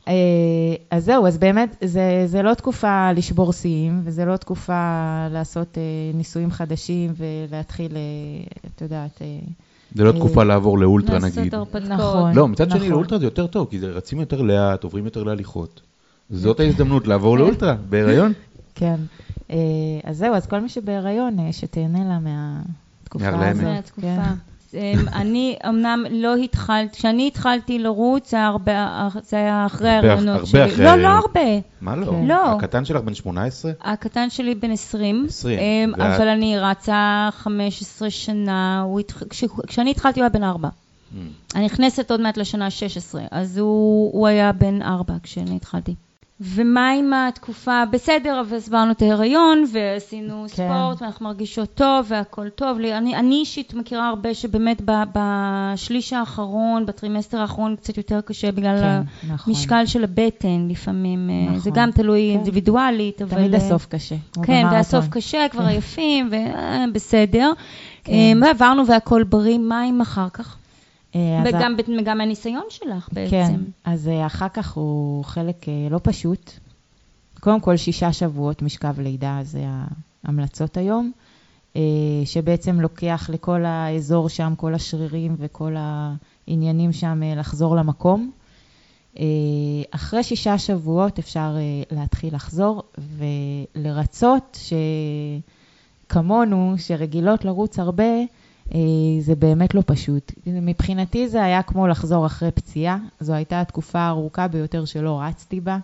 Speaker 3: אז זהו, אז באמת, זה, זה לא תקופה לשבור שיאים, וזה לא תקופה לעשות ניסויים חדשים ולהתחיל, את יודעת...
Speaker 1: זה לא תקופה לעבור לאולטרה נגיד.
Speaker 2: לעשות הרפתקאות.
Speaker 3: נכון.
Speaker 1: לא, מצד שני לאולטרה זה יותר טוב, כי זה רצים יותר לאט, עוברים יותר להליכות. זאת ההזדמנות לעבור לאולטרה, בהיריון.
Speaker 3: כן. אז זהו, אז כל מי שבהיריון, שתהנה לה מהתקופה הזאת.
Speaker 2: מהתקופה. אני אמנם לא התחלתי, כשאני התחלתי לרוץ, זה היה אחרי ההיריונות שלי.
Speaker 1: הרבה אחרי.
Speaker 2: לא, לא הרבה.
Speaker 1: מה לא?
Speaker 2: לא.
Speaker 1: הקטן שלך בן שמונה עשרה?
Speaker 2: הקטן שלי בן עשרים.
Speaker 1: עשרים.
Speaker 2: אבל אני רצה חמש עשרה שנה, כשאני התחלתי הוא היה בן ארבע. אני נכנסת עוד מעט לשנה שש עשרה, אז הוא היה בן ארבע כשאני התחלתי. ומה עם התקופה? בסדר, אבל הסברנו את ההיריון, ועשינו כן. ספורט, ואנחנו מרגישות טוב, והכל טוב. אני, אני אישית מכירה הרבה שבאמת ב, בשליש האחרון, בטרימסטר האחרון, קצת יותר קשה, בגלל כן, המשקל נכון. של הבטן, לפעמים. נכון. זה גם תלוי כן. אינדיבידואלית, אבל...
Speaker 3: תמיד הסוף קשה.
Speaker 2: כן, והסוף קשה, כבר עייפים, ובסדר. כן. ועברנו והכל בריא, מה עם אחר כך? וגם, גם הניסיון שלך בעצם.
Speaker 3: כן, אז אחר כך הוא חלק לא פשוט. קודם כל שישה שבועות משכב לידה, זה ההמלצות היום, שבעצם לוקח לכל האזור שם, כל השרירים וכל העניינים שם לחזור למקום. אחרי שישה שבועות אפשר להתחיל לחזור ולרצות שכמונו, שרגילות לרוץ הרבה, זה באמת לא פשוט. מבחינתי זה היה כמו לחזור אחרי פציעה, זו הייתה התקופה הארוכה ביותר שלא רצתי בה,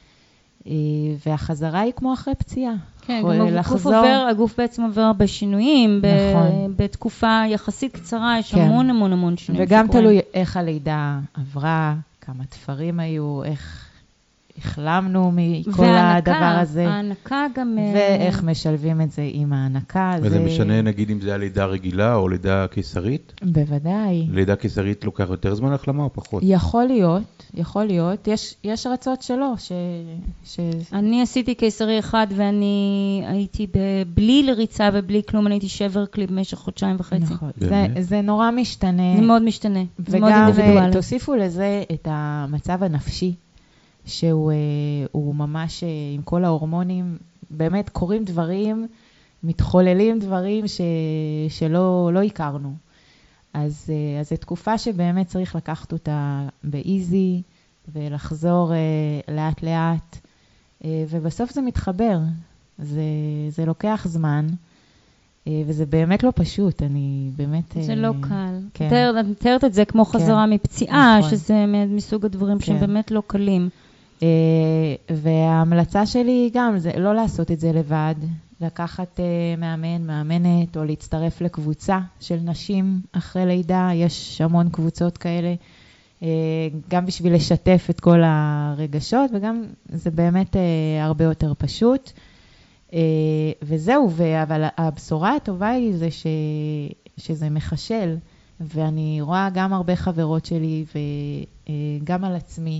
Speaker 3: והחזרה היא כמו אחרי פציעה.
Speaker 2: כן, לחזור... עובר, הגוף בעצם עובר הרבה שינויים, נכון. בתקופה יחסית קצרה יש כן. המון המון המון שינויים.
Speaker 3: וגם שקוראים. תלוי איך הלידה עברה, כמה תפרים היו, איך החלמנו מכל והענקה, הדבר הזה.
Speaker 2: הענקה גם...
Speaker 3: ואיך משלבים את זה עם הענקה.
Speaker 1: וזה
Speaker 3: זה...
Speaker 1: משנה נגיד אם זה היה לידה רגילה או לידה קיסרית?
Speaker 3: בוודאי.
Speaker 1: לידה קיסרית לוקח יותר זמן החלמה או פחות?
Speaker 3: יכול להיות, יכול להיות. יש, יש רצות שלו ש... ש...
Speaker 2: אני עשיתי קיסרי אחד ואני הייתי בלי לריצה ובלי כלום, אני הייתי שבר קליפ במשך חודשיים וחצי. נכון.
Speaker 3: זה, זה נורא משתנה.
Speaker 2: זה מאוד משתנה. זה מאוד
Speaker 3: וגם
Speaker 2: אינדיבידואלי.
Speaker 3: תוסיפו לזה את המצב הנפשי. שהוא הוא ממש עם כל ההורמונים, באמת קורים דברים, מתחוללים דברים ש, שלא לא הכרנו. אז, אז זו תקופה שבאמת צריך לקחת אותה באיזי, ולחזור לאט לאט, ובסוף זה מתחבר. זה, זה לוקח זמן, וזה באמת לא פשוט, אני באמת...
Speaker 2: זה לא קל. כן. תארת את זה כמו חזרה כן. מפציעה, נכון. שזה מסוג הדברים כן. שהם באמת לא קלים.
Speaker 3: Uh, וההמלצה שלי גם זה לא לעשות את זה לבד, לקחת uh, מאמן, מאמנת, או להצטרף לקבוצה של נשים אחרי לידה, יש המון קבוצות כאלה, uh, גם בשביל לשתף את כל הרגשות, וגם זה באמת uh, הרבה יותר פשוט. Uh, וזהו, ו- אבל הבשורה הטובה היא זה ש- שזה מחשל, ואני רואה גם הרבה חברות שלי, וגם uh, על עצמי,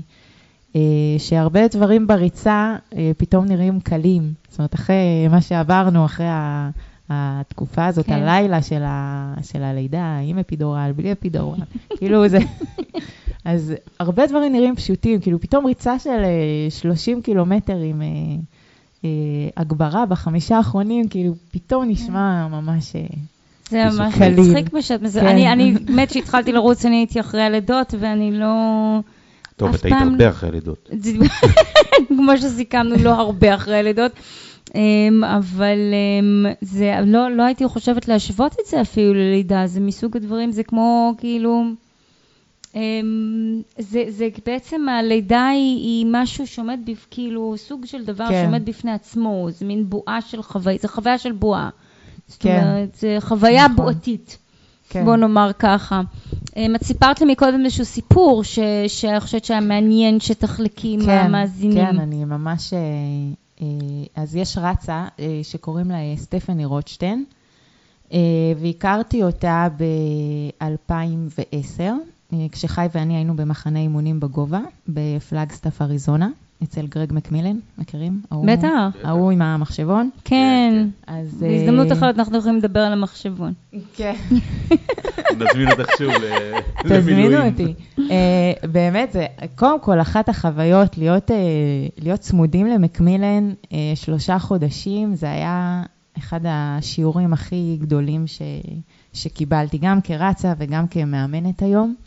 Speaker 3: שהרבה דברים בריצה פתאום נראים קלים. זאת אומרת, אחרי מה שעברנו, אחרי התקופה הזאת, כן. הלילה של, ה, של הלידה, עם אפידורל, בלי אפידורל, כאילו זה... אז הרבה דברים נראים פשוטים, כאילו פתאום ריצה של שלושים קילומטר עם הגברה בחמישה האחרונים, כאילו פתאום נשמע ממש...
Speaker 2: זה ממש מצחיק משת. אני באמת שהתחלתי לרוץ, אני הייתי אחרי הלידות, ואני לא...
Speaker 1: טוב, את היית הרבה אחרי הלידות.
Speaker 2: כמו שסיכמנו, לא הרבה אחרי הלידות. אבל זה, לא, לא הייתי חושבת להשוות את זה אפילו ללידה. זה מסוג הדברים, זה כמו כאילו... זה, זה בעצם הלידה היא, היא משהו שעומד, בפ, כאילו סוג של דבר כן. שעומד בפני עצמו. זה מין בועה של חוויה, זה חוויה של בועה. זאת כן. אומרת, זה חוויה נכון. בועתית. כן. בוא נאמר ככה. את סיפרת לי מקודם איזשהו סיפור ש, שאני חושבת שהיה מעניין שתחלקי עם
Speaker 3: כן,
Speaker 2: המאזינים.
Speaker 3: כן, אני ממש... אז יש רצה שקוראים לה סטפני רוטשטיין, והכרתי אותה ב-אלפיים ועשר, כשחי ואני היינו במחנה אימונים בגובה, בפלאגסטאף אריזונה. אצל גרג מקמילן, מכירים?
Speaker 2: בטח.
Speaker 3: ההוא עם המחשבון.
Speaker 2: כן.
Speaker 3: אז...
Speaker 2: בהזדמנות אחרת אנחנו יכולים לדבר על המחשבון.
Speaker 3: כן.
Speaker 1: נזמין אותך שוב
Speaker 3: תזמינו אותי. באמת, זה קודם כל אחת החוויות להיות צמודים למקמילן שלושה חודשים, זה היה אחד השיעורים הכי גדולים שקיבלתי, גם כרצה וגם כמאמנת היום.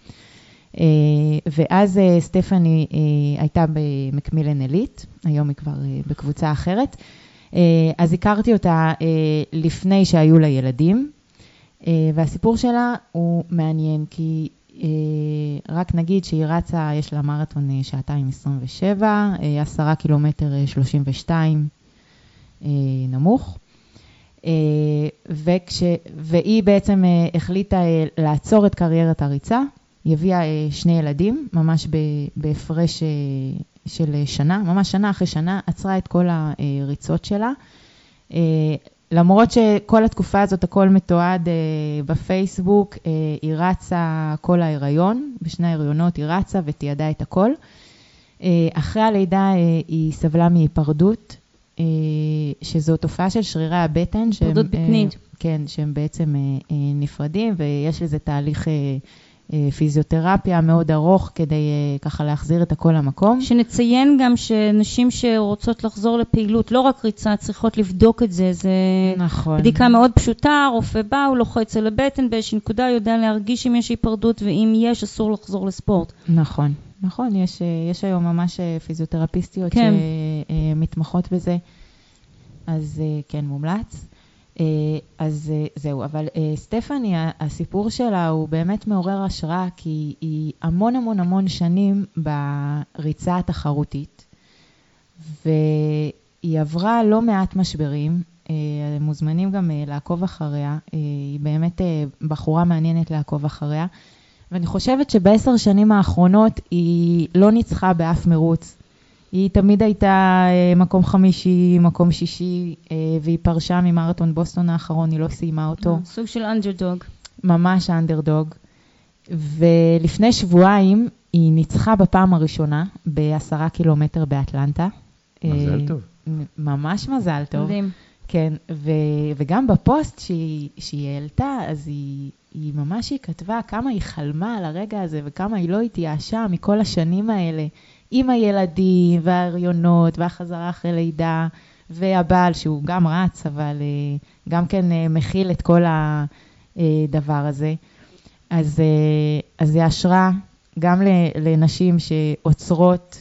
Speaker 3: ואז סטפני הייתה במקמילן אלית, היום היא כבר בקבוצה אחרת. אז הכרתי אותה לפני שהיו לה ילדים, והסיפור שלה הוא מעניין, כי רק נגיד שהיא רצה, יש לה מרתון שעתיים עשרים ושבע, עשרה קילומטר שלושים ושתיים נמוך. וכש, והיא בעצם החליטה לעצור את קריירת הריצה, היא הביאה שני ילדים, ממש בהפרש של שנה, ממש שנה אחרי שנה, עצרה את כל הריצות שלה. למרות שכל התקופה הזאת, הכל מתועד בפייסבוק, היא רצה כל ההיריון, בשני ההיריונות היא רצה ותיעדה את הכל. אחרי הלידה היא סבלה מהיפרדות, שזו תופעה של שרירי הבטן.
Speaker 2: היפרדות בטנית.
Speaker 3: כן, שהם בעצם נפרדים, ויש לזה תהליך פיזיותרפיה מאוד ארוך כדי ככה להחזיר את הכל למקום.
Speaker 2: שנציין גם שנשים שרוצות לחזור לפעילות, לא רק ריצה, צריכות לבדוק את זה. זה
Speaker 3: נכון.
Speaker 2: בדיקה מאוד פשוטה, רופא בא, הוא לוחץ על הבטן, באיזושהי נקודה יודע להרגיש אם יש היפרדות, ואם יש, אסור לחזור לספורט.
Speaker 3: נכון, נכון. יש, יש היום ממש פיזיותרפיסטיות
Speaker 2: כן.
Speaker 3: שמתמחות בזה. אז כן, מומלץ. אז זהו, אבל סטפני, הסיפור שלה הוא באמת מעורר השראה, כי היא המון המון המון שנים בריצה התחרותית, והיא עברה לא מעט משברים, מוזמנים גם לעקוב אחריה, היא באמת בחורה מעניינת לעקוב אחריה, ואני חושבת שבעשר שנים האחרונות היא לא ניצחה באף מרוץ, היא תמיד הייתה מקום חמישי, מקום שישי, והיא פרשה ממרתון בוסטון האחרון, היא לא סיימה אותו.
Speaker 2: סוג של אנדרדוג.
Speaker 3: ממש אנדרדוג. ולפני שבועיים היא ניצחה בפעם הראשונה בעשרה קילומטר באטלנטה.
Speaker 1: מזל טוב.
Speaker 3: ממש מזל טוב.
Speaker 2: מדהים.
Speaker 3: כן, ו- וגם בפוסט שהיא, שהיא העלתה, אז היא, היא ממש היא כתבה כמה היא חלמה על הרגע הזה, וכמה היא לא התייאשה מכל השנים האלה, עם הילדים וההריונות והחזרה אחרי לידה, והבעל שהוא גם רץ, אבל גם כן מכיל את כל הדבר הזה. אז, אז זה השראה גם לנשים שעוצרות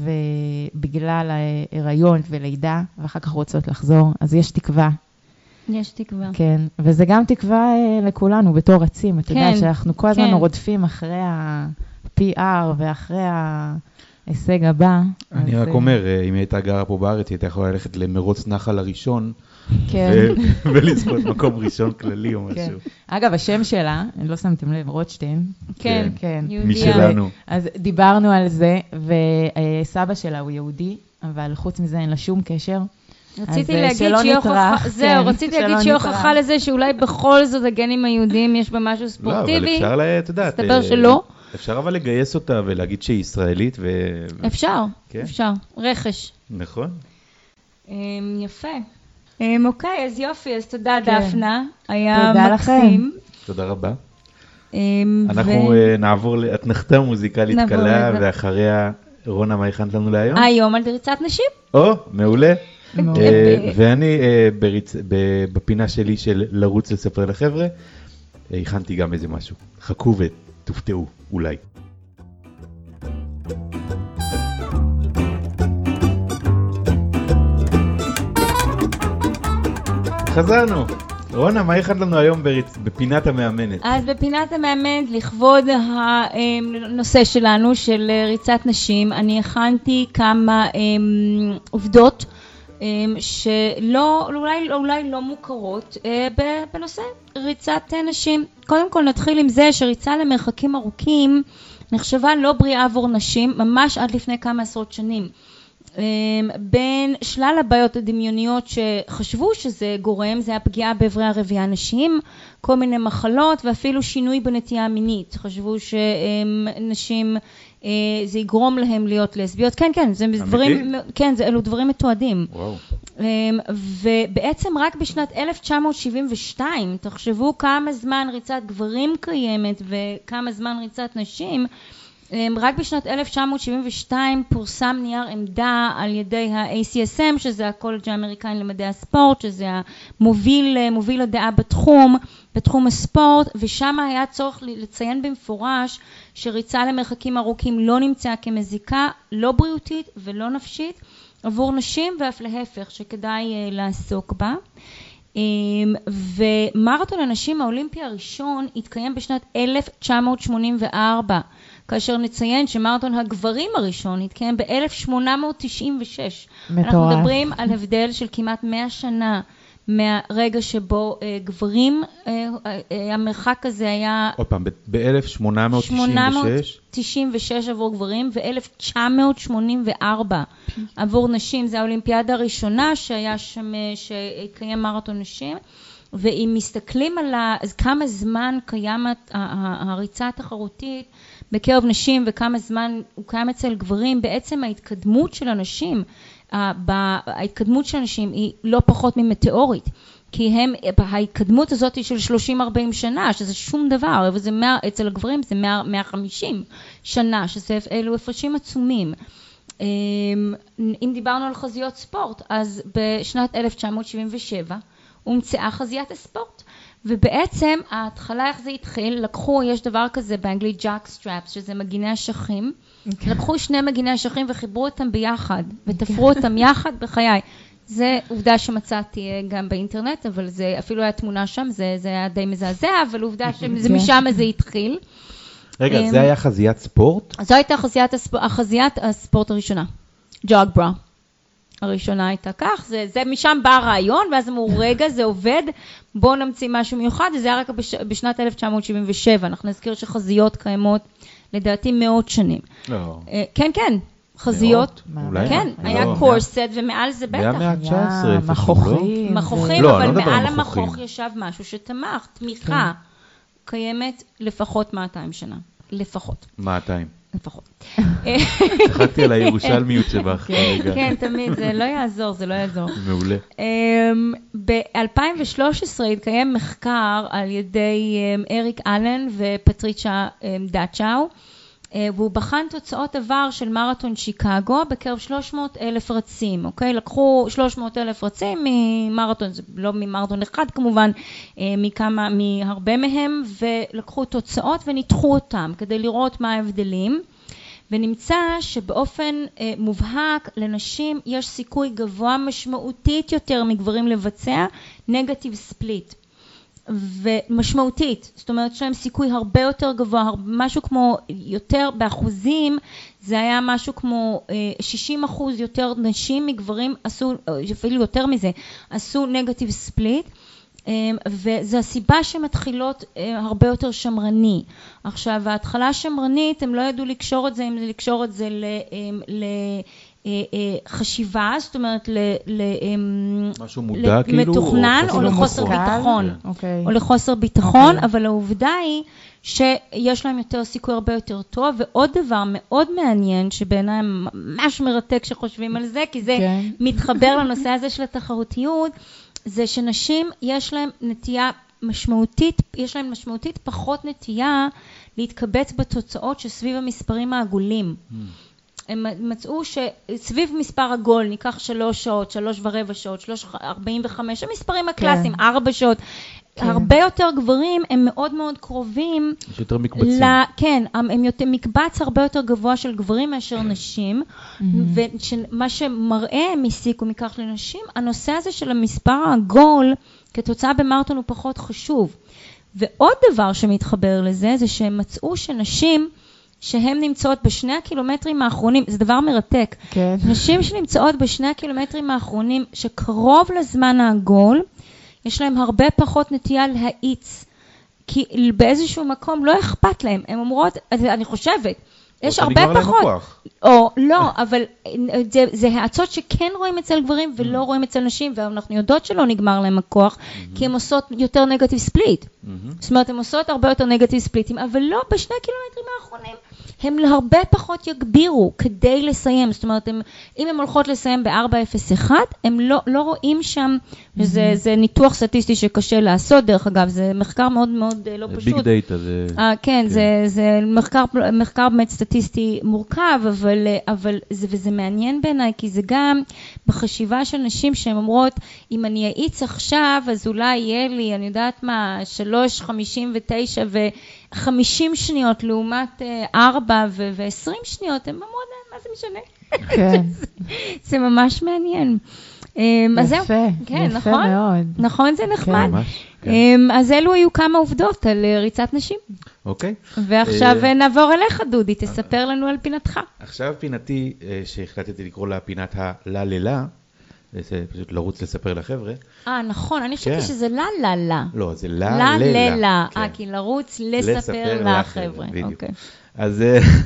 Speaker 3: ובגלל ההיריון ולידה, ואחר כך רוצות לחזור, אז יש תקווה.
Speaker 2: יש תקווה.
Speaker 3: כן, וזה גם תקווה לכולנו בתור רצים, אתה
Speaker 2: כן,
Speaker 3: יודע שאנחנו כל הזמן
Speaker 2: כן.
Speaker 3: רודפים אחרי ה-פי אר ואחרי ההישג הבא.
Speaker 1: אני
Speaker 3: אז,
Speaker 1: רק אומר, אם היא הייתה גרה פה בארץ, היא הייתה יכולה ללכת למרוץ נחל הראשון,
Speaker 3: כן.
Speaker 1: ו- ולזכות מקום ראשון כללי או
Speaker 3: כן.
Speaker 1: משהו.
Speaker 3: אגב, השם שלה, אני לא שמתם לב, רוטשטיין.
Speaker 2: כן,
Speaker 3: כן.
Speaker 2: יהודייה.
Speaker 1: משלנו.
Speaker 3: אז דיברנו על זה, וסבא שלה הוא יהודי, אבל חוץ מזה אין לה שום קשר.
Speaker 2: רציתי
Speaker 3: אז,
Speaker 2: להגיד
Speaker 3: שלא
Speaker 2: שהיא
Speaker 3: נטרח,
Speaker 2: הוכחה,
Speaker 3: כן,
Speaker 2: זהו, רציתי
Speaker 3: שלא
Speaker 2: להגיד שהיא
Speaker 3: נטרח.
Speaker 2: הוכחה לזה שאולי בכל זאת הגנים היהודיים יש בה משהו
Speaker 1: לא, אבל
Speaker 2: ספורטיבי.
Speaker 1: אפשר, לה- את יודעת,
Speaker 2: מסתבר
Speaker 1: אה,
Speaker 2: שלא.
Speaker 1: אפשר אבל לגייס אותה ולהגיד שהיא ישראלית ו...
Speaker 2: אפשר,
Speaker 1: כן.
Speaker 2: אפשר, רכש.
Speaker 1: נכון.
Speaker 2: אמ, יפה. אמ, אוקיי, אז יופי, אז תודה
Speaker 3: כן.
Speaker 2: דפנה, היה
Speaker 3: תודה
Speaker 2: מקסים.
Speaker 1: תודה רבה.
Speaker 2: אמ,
Speaker 1: אנחנו
Speaker 2: ו-
Speaker 1: אה, נעבור לאתנחתה מוזיקלית
Speaker 2: נעבור
Speaker 1: קלה,
Speaker 2: לזה.
Speaker 1: ואחריה, רונה, מה הכנת לנו להיום?
Speaker 2: היום על ריצת נשים.
Speaker 1: או, מעולה.
Speaker 3: מעולה.
Speaker 1: אה, ואני אה, בריצ- ב- בפינה שלי של לרוץ לספר לחבר'ה, אה, הכנתי גם איזה משהו. חכו ותופתעו, אולי. חזרנו. רונה, מה הכנת לנו היום בריצ- בפינת המאמנת?
Speaker 2: אז בפינת המאמנת, לכבוד הנושא שלנו של ריצת נשים, אני הכנתי כמה אמ, עובדות אמ, שלא, אולי, אולי לא מוכרות אה, ב- בנושא ריצת נשים. קודם כל נתחיל עם זה שריצה למרחקים ארוכים נחשבה לא בריאה עבור נשים, ממש עד לפני כמה עשרות שנים. בין שלל הבעיות הדמיוניות שחשבו שזה גורם, זה הפגיעה באיברי הרבייה הנשיים, כל מיני מחלות ואפילו שינוי בנטייה המינית. חשבו שנשים זה יגרום להם להיות לסביות. כן, כן, זה דברים, כן, זה אלו דברים מתועדים.
Speaker 1: וואו.
Speaker 2: ובעצם רק בשנת אלף תשע מאות שבעים ושתיים, תחשבו כמה זמן ריצת גברים קיימת וכמה זמן ריצת נשים, רק בשנת אלף תשע מאות שבעים ושתיים פורסם נייר עמדה על ידי ה-איי סי אס אם, שזה הקולג' האמריקאי למדעי הספורט, שזה המוביל, מוביל הדעה בתחום, בתחום הספורט, ושם היה צורך לציין במפורש שריצה למרחקים ארוכים לא נמצאה כמזיקה, לא בריאותית ולא נפשית, עבור נשים ואף להפך, שכדאי uh, לעסוק בה. Um, ומרתון הנשים האולימפי הראשון התקיים בשנת אלף תשע מאות שמונים וארבע, כאשר נציין שמרתון הגברים הראשון התקיים ב-אלף שמונה מאות תשעים ושש. מטורף. אנחנו מדברים על הבדל של כמעט מאה שנה מהרגע שבו uh, גברים, uh, uh, uh, המרחק הזה היה...
Speaker 1: עוד פעם, ב-אלף שמונה מאות תשעים ושש?
Speaker 2: שמונה מאות תשעים ושש עבור גברים, ו-אלף תשע מאות שמונים וארבע עבור נשים. זה האולימפיאדה הראשונה שהיה שם, שקיים מרתון נשים, ואם מסתכלים על ה... אז כמה זמן קיימת הריצה התחרותית בקרב נשים, וכמה זמן הוא קיים אצל גברים, בעצם ההתקדמות של הנשים, ההתקדמות של הנשים היא לא פחות ממטאורית, כי הם, ההתקדמות הזאת היא של שלושים ארבעים שנה, שזה שום דבר, אבל זה מאה, אצל הגברים זה מאה וחמישים שנה, שזה אלו הפרשים עצומים. אם דיברנו על חזיות ספורט, אז בשנת אלף תשע מאות שבעים ושבע הומצאה חזיית הספורט, ובעצם ההתחלה איך זה התחיל, לקחו, יש דבר כזה באנגלית ג'אק סטראפס, שזה מגיני אשכים, לקחו שני מגיני אשכים וחיברו אותם ביחד, ותפרו אותם יחד בחיי. זה עובדה שמצאתי גם באינטרנט, אבל זה אפילו היה תמונה שם, זה, זה היה די מזעזע, אבל עובדה שמשם זה התחיל.
Speaker 1: רגע, זה היה חזיית ספורט?
Speaker 2: זו הייתה חזיית, הספ... חזיית הספורט הראשונה, ג'וג ברה. הראשונה הייתה כך, זה, זה משם בא הרעיון, ואז אמרו, רגע, זה עובד, בואו נמציא משהו מיוחד, וזה היה רק בש... בשנת אלף תשע מאות שבעים ושבע, אנחנו נזכיר שחזיות קיימות, לדעתי, מאות שנים.
Speaker 1: לא.
Speaker 2: כן, כן, חזיות,
Speaker 1: אולי?
Speaker 2: כן, היה קורסט, ומעל זה בטח.
Speaker 1: היה מאה תשע עשרה,
Speaker 3: מכוחים.
Speaker 2: מכוחים, אבל מעל המכוך ישב משהו שתמך, תמיכה קיימת לפחות מאתיים שנה, לפחות. מאתיים. לפחות.
Speaker 1: צחקתי על הירושלמיות שבך.
Speaker 2: כן, תמיד, זה לא יעזור, זה לא יעזור.
Speaker 1: מעולה.
Speaker 2: ב-אלפיים ושלוש עשרה התקיים מחקר על ידי אריק אלן ופטריצ'ה דאצ'או, והוא בחן תוצאות עבר של מרתון שיקגו בקרב שלוש מאות אלף רצים, אוקיי? לקחו שלוש מאות אלף רצים ממרתון, זה לא ממרתון אחד כמובן, מכמה, מהרבה מהם, ולקחו תוצאות וניתחו אותם כדי לראות מה ההבדלים, ונמצא שבאופן אה, מובהק לנשים יש סיכוי גבוה משמעותית יותר מגברים לבצע נגטיב ספליט. ומשמעותית, זאת אומרת שיש להם סיכוי הרבה יותר גבוה, משהו כמו יותר באחוזים, זה היה משהו כמו שישים אחוז יותר נשים מגברים עשו, אפילו יותר מזה, עשו נגטיב ספליט, וזו הסיבה שמתחילות הרבה יותר שמרני. עכשיו, ההתחלה שמרנית, הם לא ידעו לקשור את זה, אם לקשור את זה ל... ל חשיבה, זאת אומרת,
Speaker 1: משהו מודע כאילו,
Speaker 2: מתוכנן או לחוסר ביטחון, או לחוסר ביטחון, אבל העובדה היא שיש להם יותר סיכוי הרבה יותר טוב, ועוד דבר מאוד מעניין, שבעיניי ממש מרתק שחושבים על זה, כי זה מתחבר לנושא הזה של התחרותיות, זה שנשים יש להם נטייה משמעותית, יש להם משמעותית פחות נטייה להתקבץ בתוצאות שסביב המספרים העגולים. הם מצאו שסביב מספר עגול, ניקח שלוש שעות, שלוש ורבע שעות, שלוש ארבעים וחמש, המספרים הקלאסיים, כן. ארבע שעות, כן. הרבה יותר גברים הם מאוד מאוד קרובים.
Speaker 1: יש יותר מקבצים.
Speaker 2: ל, כן, הם יותר, מקבץ הרבה יותר גבוה של גברים מאשר נשים, mm-hmm. ומה שמראה מסיקו מכך לנשים, הנושא הזה של המספר העגול, כתוצאה במרתון הוא פחות חשוב. ועוד דבר שמתחבר לזה, זה שהם מצאו שנשים, שהן נמצאות בשני הקילומטרים האחרונים, זה דבר מרתק. כן. נשים שנמצאות בשני הקילומטרים האחרונים, שקרוב לזמן העגול, יש להם הרבה פחות נטייה להאיץ, כי באיזשהו מקום לא אכפת להם. הן אומרות, אני חושבת, יש הרבה פחות. או לא, אבל זה, זה העצות שכן רואים אצל גברים ולא רואים אצל נשים, ואנחנו יודעות שלא נגמר להם הכוח, כי הן עושות יותר נגטיב ספליט. זאת אומרת, הן עושות הרבה יותר נגטיב ספליטים, אבל לא בשני קילומטרים האחרונים. הם הרבה פחות יגבירו כדי לסיים. זאת אומרת, הם, אם הן הולכות לסיים ב-ארבע אפס אחת, הם לא, לא רואים שם, וזה זה ניתוח סטטיסטי שקשה לעשות, דרך אגב, זה מחקר מאוד מאוד לא פשוט.
Speaker 1: ביג דאטה זה...
Speaker 2: 아, כן, כן. זה, זה מחקר, מחקר באמת סטטיסטי מורכב, אבל, אבל זה, וזה מעניין בעיניי, כי זה גם בחשיבה של נשים שהן אומרות, אם אני אעיץ עכשיו, אז אולי יהיה לי, אני יודעת מה, שלוש, חמישים ותשע וחמישים שניות לעומת ארבע ועשרים שניות, הם אמרו, מה זה משנה?
Speaker 3: כן.
Speaker 2: זה ממש מעניין.
Speaker 3: יפה, יפה מאוד.
Speaker 2: נכון, זה נחמד. אז אלו היו כמה עובדות על ריצת נשים.
Speaker 1: אוקיי.
Speaker 2: ועכשיו נעבור אליך, דודי, תספר לנו על פינתך.
Speaker 1: עכשיו פינתי, שהחלטתי לקרוא לה פינת הלה-לה-לה, זה פשוט לרוץ לספר לחבר'ה.
Speaker 2: אה, נכון, אני חושבתי שזה לה-לה-לה.
Speaker 1: לא, זה לה-לה-לה.
Speaker 2: אה, כי לרוץ לספר לחבר'ה.
Speaker 1: בדיוק. אז...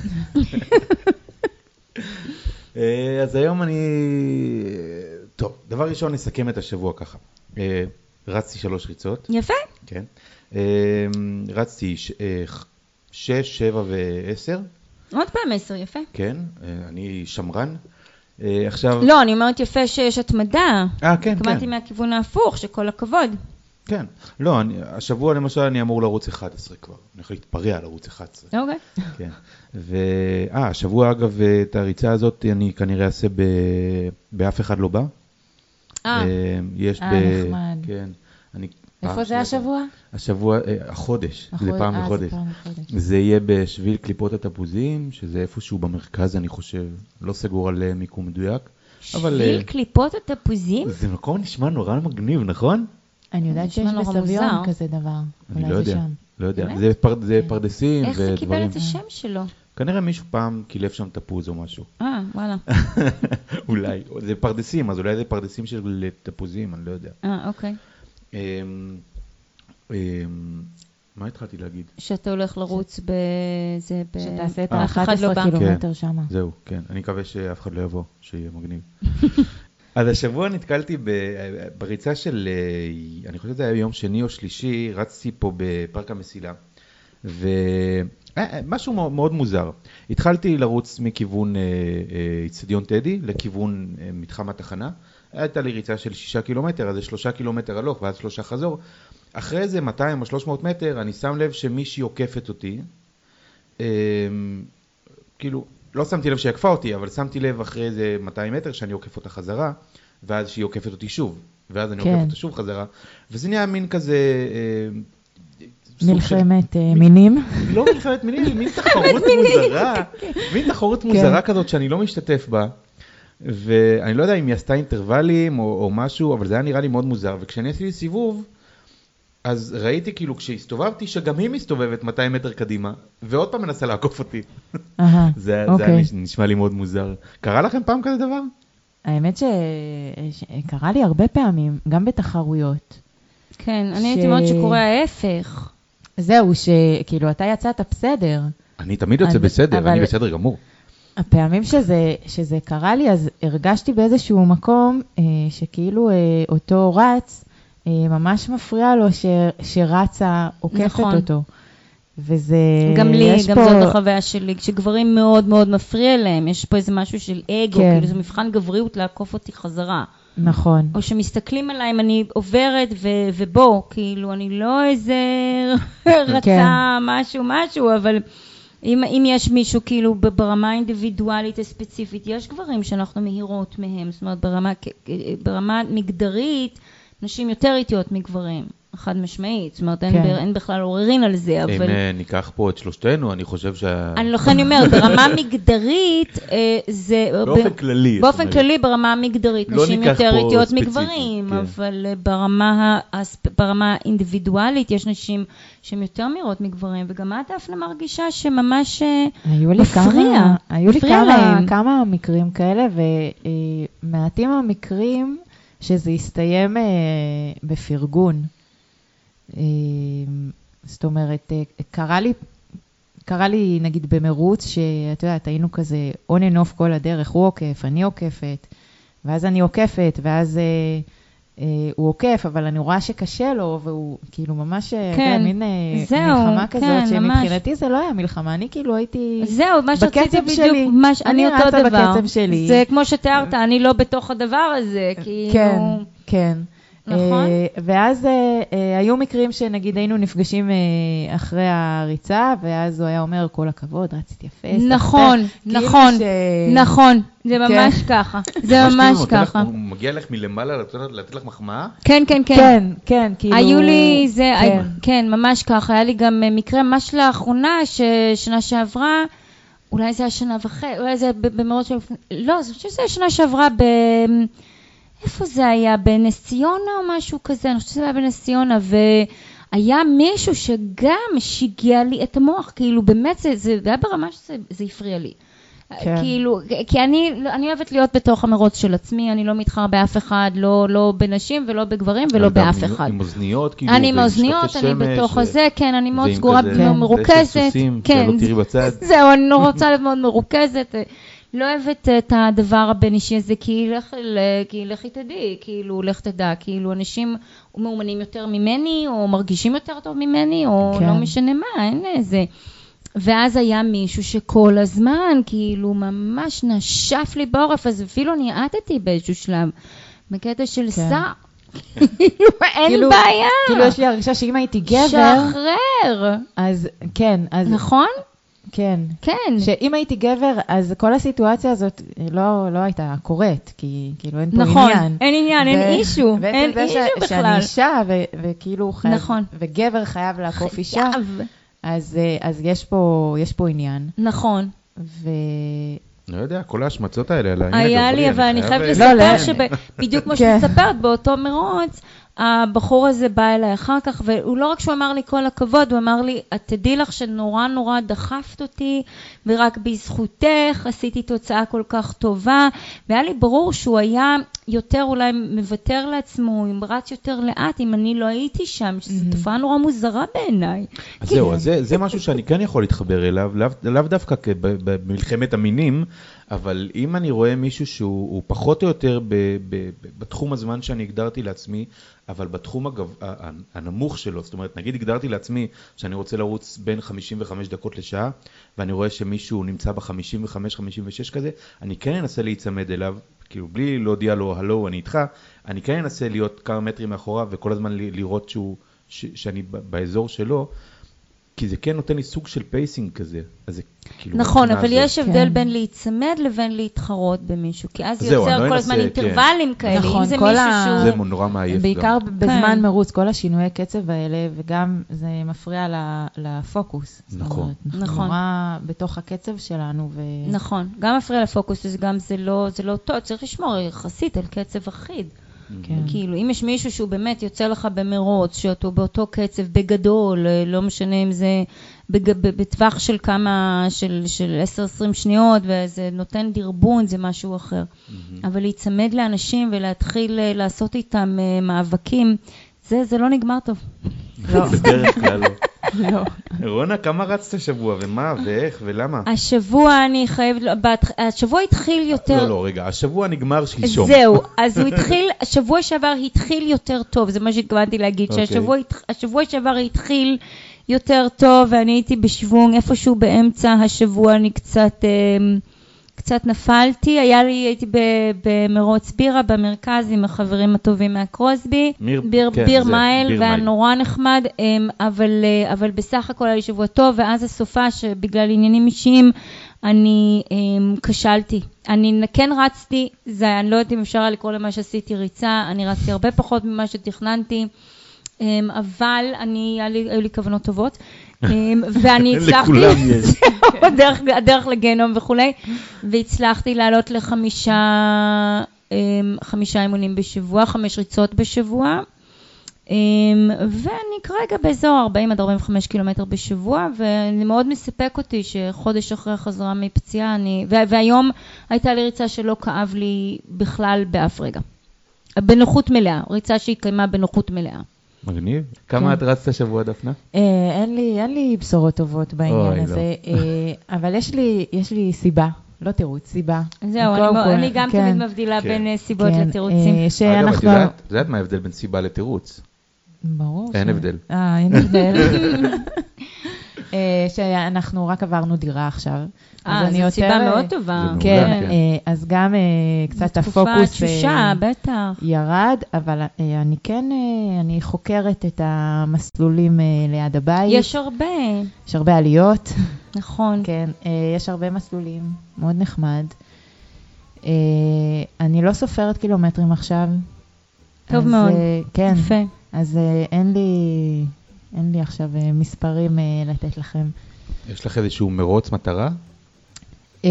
Speaker 1: אז היום אני... טוב, דבר ראשון נסכם את השבוע ככה. רצתי שלוש ריצות.
Speaker 2: יפה.
Speaker 1: כן. רצתי שש, שבע ועשר.
Speaker 2: עוד פעם עשר, יפה.
Speaker 1: כן, אני שמרן. עכשיו...
Speaker 2: לא, אני אומרת יפה שיש התמדה.
Speaker 1: אה, כן, כן.
Speaker 2: קמתי מהכיוון ההפוך, שכל הכבוד.
Speaker 1: כן. לא, אני, השבוע למשל אני אמור לרוץ אחת עשרה כבר. אני יכול להתפרע לרוץ אחת עשרה.
Speaker 2: אוקיי.
Speaker 1: כן. ו... אה, השבוע אגב, את הריצה הזאת אני כנראה אעשה ב... באף אחד לא בא.
Speaker 2: אה.
Speaker 1: יש
Speaker 3: אה,
Speaker 1: ב...
Speaker 3: נחמד.
Speaker 1: כן. אני...
Speaker 3: איפה זה השבוע?
Speaker 1: השבוע, החודש. זה פעם
Speaker 3: אה,
Speaker 1: בחודש.
Speaker 3: זה פעם בחודש.
Speaker 1: זה יהיה בשביל קליפות התפוזים, שזה איפשהו במרכז, אני חושב. לא סגור על מיקום מדויק.
Speaker 2: שביל קליפות התפוזים?
Speaker 1: זה מקום נשמע נורא מגניב, נכון?
Speaker 3: אני יודעת שיש בסביון כזה דבר.
Speaker 1: אני לא יודע, לא יודע. זה פרדסים ודברים.
Speaker 2: איך זה קיבל את השם שלו?
Speaker 1: כנראה מישהו פעם קילף שם תפוז או משהו.
Speaker 2: אה, וואלה.
Speaker 1: אולי. זה פרדסים, אז אולי זה פרדסים של תפוזים, אני לא יודע.
Speaker 2: אה, אוקיי.
Speaker 1: מה התחלתי להגיד?
Speaker 2: שאתה הולך לרוץ בזה...
Speaker 3: שתעשה את ה-אחד עשר קילומטר שם.
Speaker 1: זהו, כן. אני מקווה שאף אחד לא יבוא, שיהיה מגניב. אז השבוע נתקלתי בריצה של, אני חושב שזה היה יום שני או שלישי, רצתי פה בפארק המסילה, ומשהו מאוד מוזר. התחלתי לרוץ מכיוון אצטדיון טדי לכיוון מתחם התחנה. הייתה לי ריצה של שישה קילומטר, אז זה שלושה קילומטר הלוך ואז שלושה חזור. אחרי זה מאתיים או שלוש מאות מטר, אני שם לב שמישהי עוקפת אותי. כאילו, לא שמתי לב שעקפה אותי, אבל שמתי לב אחרי איזה מאתיים מטר שאני עוקף אותה חזרה, ואז שהיא עוקפת אותי שוב, ואז אני עוקף אותה שוב חזרה, וזה נהיה מין כזה...
Speaker 3: מלחמת מינים?
Speaker 1: לא מלחמת מינים, מין תחרות מוזרה, מין תחרות מוזרה כזאת שאני לא משתתף בה, ואני לא יודע אם היא עשתה אינטרוולים או משהו, אבל זה היה נראה לי מאוד מוזר, וכשאני עשיתי סיבוב, אז ראיתי כאילו כשהסתובבתי שגם היא מסתובבת מאתיים מטר קדימה, ועוד פעם מנסה לעקוף אותי. זה נשמע לי מאוד מוזר. קרה לכם פעם כזה דבר?
Speaker 3: האמת שקרה לי הרבה פעמים, גם בתחרויות.
Speaker 2: כן, אני הייתי מאוד שקורה ההפך.
Speaker 3: זהו, שכאילו אתה יצאת בסדר.
Speaker 1: אני תמיד יוצא בסדר, אני בסדר גמור.
Speaker 3: הפעמים שזה, שזה קרה לי, אז הרגשתי באיזשהו מקום שכאילו אותו רץ, ממש מפריע לו ש, שרצה עוקפת נכון. אותו. וזה...
Speaker 2: גם לי, גם פה... זאת החוויה שלי, כשגברים מאוד מאוד מפריע להם, יש פה איזה משהו של אגו, כן. כאילו זה מבחן גבריות לעקוף אותי חזרה.
Speaker 3: נכון.
Speaker 2: או שמסתכלים עליי, אם אני עוברת ו- ובוא, כאילו אני לא איזה רצה כן. משהו משהו, אבל אם, אם יש מישהו כאילו ברמה אינדיבידואלית הספציפית, יש גברים שאנחנו מהירות מהם, זאת אומרת ברמה, ברמה מגדרית, נשים יותר איטיות מגברים, חד משמעית, זאת אומרת, כן. אין, אין בכלל עוררין על זה, אבל...
Speaker 1: אם ניקח פה את שלושתנו, אני חושב שה...
Speaker 2: אני לכן אני אומרת, ברמה מגדרית, זה...
Speaker 1: באופן כללי.
Speaker 2: באופן כללי, ברמה המגדרית,
Speaker 1: לא
Speaker 2: נשים יותר איטיות מגברים,
Speaker 1: כן.
Speaker 2: אבל ברמה, ברמה האינדיבידואלית, יש נשים שהן יותר מהירות מגברים, וגם את דפנה מרגישה שממש מפריע.
Speaker 3: היו לי כמה, כמה מקרים כאלה, ומעטים המקרים... שזה יסתיים אה, בפרגון. אה, זאת אומרת, אה, קרה לי, קרה לי נגיד במרוץ, שאת יודעת, היינו כזה on and off כל הדרך, הוא עוקף, אני עוקפת, ואז אני עוקפת, ואז אה, הוא עוקף, אבל אני רואה שקשה לו, והוא כאילו ממש,
Speaker 2: כן,
Speaker 3: מין
Speaker 2: זהו,
Speaker 3: מלחמה כזאת,
Speaker 2: כן,
Speaker 3: שמבחינתי זה לא היה מלחמה, אני כאילו הייתי
Speaker 2: זהו, מה שרציתי
Speaker 3: בקצב
Speaker 2: בדיוק,
Speaker 3: שלי,
Speaker 2: מה ש...
Speaker 3: אני
Speaker 2: אני אותו
Speaker 3: רצה
Speaker 2: דבר.
Speaker 3: בקצב שלי.
Speaker 2: זה כמו שתיארת, אני לא בתוך הדבר הזה, כאילו...
Speaker 3: כן, כן.
Speaker 2: נכון.
Speaker 3: ואז היו מקרים שנגיד היינו נפגשים אחרי הריצה, ואז הוא היה אומר, כל הכבוד, רצית יפה.
Speaker 2: נכון, נכון, נכון, זה ממש ככה, זה ממש ככה.
Speaker 1: הוא מגיע לך מלמעלה לתת לך מחמאה?
Speaker 2: כן, כן, כן.
Speaker 3: כן, כן, כאילו...
Speaker 2: היו לי, זה, כן, ממש ככה, היה לי גם מקרה ממש לאחרונה, ששנה שעברה, אולי זה היה שנה וחצי, אולי זה במרות של... לא, אני חושבת שזה היה שנה שעברה ב... איפה זה היה? בנס ציונה או משהו כזה? אני חושבת שזה היה בנס ציונה, והיה מישהו שגם שיגע לי את המוח, כאילו באמת זה, זה היה ברמה שזה הפריע לי. כן. כאילו, כי אני, אני אוהבת להיות בתוך המרוץ של עצמי, אני לא מתחרה באף אחד, לא, לא בנשים ולא בגברים ולא באף אחד.
Speaker 1: עם אוזניות, כאילו,
Speaker 2: אני עם האוזניות, אני בתוך הזה, כן, אני מאוד סגורה, מרוכזת.
Speaker 1: כן, שלא תראי בצד.
Speaker 2: זהו, אני רוצה להיות מאוד מרוכזת. לא אוהבת את הדבר הבין אישי הזה, כי לכי תדעי, כאילו, לך תדע, כאילו, אנשים מאומנים יותר ממני, או מרגישים יותר טוב ממני, או לא משנה מה, אין איזה. ואז היה מישהו שכל הזמן, כאילו, ממש נשף לי בעורף, אז אפילו נעטתי באיזשהו שלב, בקטע של סע. כאילו, אין בעיה.
Speaker 3: כאילו, יש לי הרגשה שאם הייתי גבר...
Speaker 2: שחרר.
Speaker 3: אז, כן, אז...
Speaker 2: נכון?
Speaker 3: כן.
Speaker 2: כן.
Speaker 3: שאם הייתי גבר, אז כל הסיטואציה הזאת לא, לא הייתה קורית, כי כאילו אין פה
Speaker 2: נכון,
Speaker 3: עניין.
Speaker 2: נכון, אין עניין, אין אישו, אין אישו בכלל.
Speaker 3: שאני אישה, ו- וכאילו חייב,
Speaker 2: נכון.
Speaker 3: וגבר חייב לעקוף אישה, אז, אז יש פה, יש פה עניין.
Speaker 2: נכון.
Speaker 3: ו...
Speaker 1: לא יודע, כל ההשמצות האלה,
Speaker 2: היה לי, אבל אני חייבת לספר שבדיוק כמו שתספרת, באותו מרוץ, הבחור הזה בא אליי אחר כך, והוא לא רק שהוא אמר לי כל הכבוד, הוא אמר לי, את תדעי לך שנורא נורא דחפת אותי, ורק בזכותך עשיתי תוצאה כל כך טובה, והיה לי ברור שהוא היה יותר אולי מוותר לעצמו, אם רץ יותר לאט, אם אני לא הייתי שם, שזו תופעה נורא מוזרה בעיניי.
Speaker 1: אז זהו, אז זה משהו שאני כן יכול להתחבר אליו, לאו דווקא במלחמת המינים, אבל אם אני רואה מישהו שהוא פחות או יותר בתחום הזמן שאני הגדרתי לעצמי, אבל בתחום הגב, הנמוך שלו, זאת אומרת, נגיד הגדרתי לעצמי שאני רוצה לרוץ בין חמישים וחמש דקות לשעה, ואני רואה שמישהו נמצא ב-חמישים וחמש חמישים ושש כזה, אני כן אנסה להיצמד אליו, כאילו בלי להודיע לו, הלו, אני איתך, אני כן אנסה להיות כמה מטרים מאחוריו, וכל הזמן לראות שהוא, ש, שאני באזור שלו, כי זה כן נותן לי סוג של פייסינג כזה. אז זה כאילו
Speaker 2: נכון, אבל יש הבדל בין להיצמד לבין להתחרות במישהו, כי אז יוצר כל הזמן אינטרוולים כאלה, אם זה מישהו שהוא...
Speaker 1: זה נורא מעייף גם.
Speaker 3: בעיקר בזמן מרוץ, כל השינויי קצב האלה, וגם זה מפריע לפוקוס.
Speaker 2: נכון.
Speaker 3: אנחנו נורא בתוך הקצב שלנו.
Speaker 2: נכון, גם מפריע לפוקוס, וגם זה לא טוב, צריך לשמור יחסית על קצב אחיד. כאילו, אם יש מישהו שהוא באמת יוצא לך במרוץ, שאותו באותו קצב בגדול, לא משנה אם זה בטווח של כמה, של עשר עשרים שניות, וזה נותן דרבון, זה משהו אחר. אבל להיצמד לאנשים ולהתחיל לעשות איתם מאבקים, זה לא נגמר טוב.
Speaker 1: לא. בדרך כלל לא. לא. רונה, כמה רצת השבוע, ומה, ואיך, ולמה?
Speaker 2: השבוע אני חייבת, השבוע התחיל יותר...
Speaker 1: לא, לא, רגע, השבוע נגמר שלשום.
Speaker 2: זהו, אז הוא התחיל, השבוע שעבר התחיל יותר טוב, זה מה שהתכוונתי להגיד, שהשבוע שעבר התחיל יותר טוב, ואני הייתי בשוונג, איפשהו באמצע השבוע אני קצת... קצת נפלתי, היה לי, הייתי במרוץ בירה במרכז עם החברים הטובים מהקרוסבי, ביר, כן, ביר מייל, והיה נורא נחמד, אבל, אבל בסך הכל היה לי שבוע טוב, ואז הסופה שבגלל עניינים אישיים, אני כשלתי. אני כן רצתי, זה, אני לא יודעת אם אפשר לקרוא למה שעשיתי ריצה, אני רצתי הרבה פחות ממה שתכננתי, אבל אני, היה לי, היו לי כוונות טובות, ואני הצלחתי,
Speaker 1: לכולם יש.
Speaker 2: הדרך, הדרך לגנום וכולי, והצלחתי לעלות לחמישה חמישה אימונים בשבוע, חמש ריצות בשבוע, ואני כרגע באזור ארבעים עד ארבעים וחמישה קילומטר בשבוע, ואני מאוד מספק אותי שחודש אחרי החזרה מפציעה, אני, והיום הייתה לי ריצה שלא כאב לי בכלל באף רגע. בנוחות מלאה, ריצה שהיא קיימה בנוחות מלאה.
Speaker 1: מגניב. כמה את רצת השבוע, דפנה?
Speaker 3: אין לי, אין לי בשורות טובות בעניין הזה, אבל יש לי, יש לי סיבה לא תירוץ, סיבה.
Speaker 2: זהו,
Speaker 3: קודם כל,
Speaker 2: אני גם
Speaker 3: כן.
Speaker 2: תמיד מבדילה
Speaker 1: כן.
Speaker 2: בין אה, סיבות
Speaker 3: כן,
Speaker 2: לתירוצים.
Speaker 3: אה,
Speaker 1: אגב, את
Speaker 3: שאנחנו...
Speaker 1: יודעת, את יודעת מה ההבדל בין סיבה לתירוץ?
Speaker 3: ברור.
Speaker 1: אין
Speaker 3: ש-
Speaker 1: הבדל.
Speaker 3: אה, אין הבדל. אה, שאנחנו רק עברנו דירה עכשיו. אז
Speaker 2: אה,
Speaker 3: אני
Speaker 2: זו
Speaker 3: יותר,
Speaker 2: סיבה
Speaker 3: אה,
Speaker 2: מאוד טובה.
Speaker 1: זה
Speaker 3: כן,
Speaker 1: מעולה, כן.
Speaker 3: אה, אז גם אה, קצת
Speaker 2: תקופה
Speaker 3: הפוקוס
Speaker 2: תשושה,
Speaker 3: אה,
Speaker 2: בטח.
Speaker 3: ירד, אבל אה, אני כן, אה, אני חוקרת את המסלולים אה, ליד הבית.
Speaker 2: יש הרבה,
Speaker 3: יש הרבה עליות.
Speaker 2: נכון.
Speaker 3: כן, אה, יש הרבה מסלולים, מאוד נחמד. אה, אני לא סופרת קילומטרים עכשיו.
Speaker 2: טוב
Speaker 3: אז,
Speaker 2: מאוד.
Speaker 3: אה, כן,
Speaker 2: יפה.
Speaker 3: אז אה, אין לי, אין לי עכשיו אה, מספרים אה, לתת לכם.
Speaker 1: יש לך איזשהו מרוץ מטרה?
Speaker 3: אה,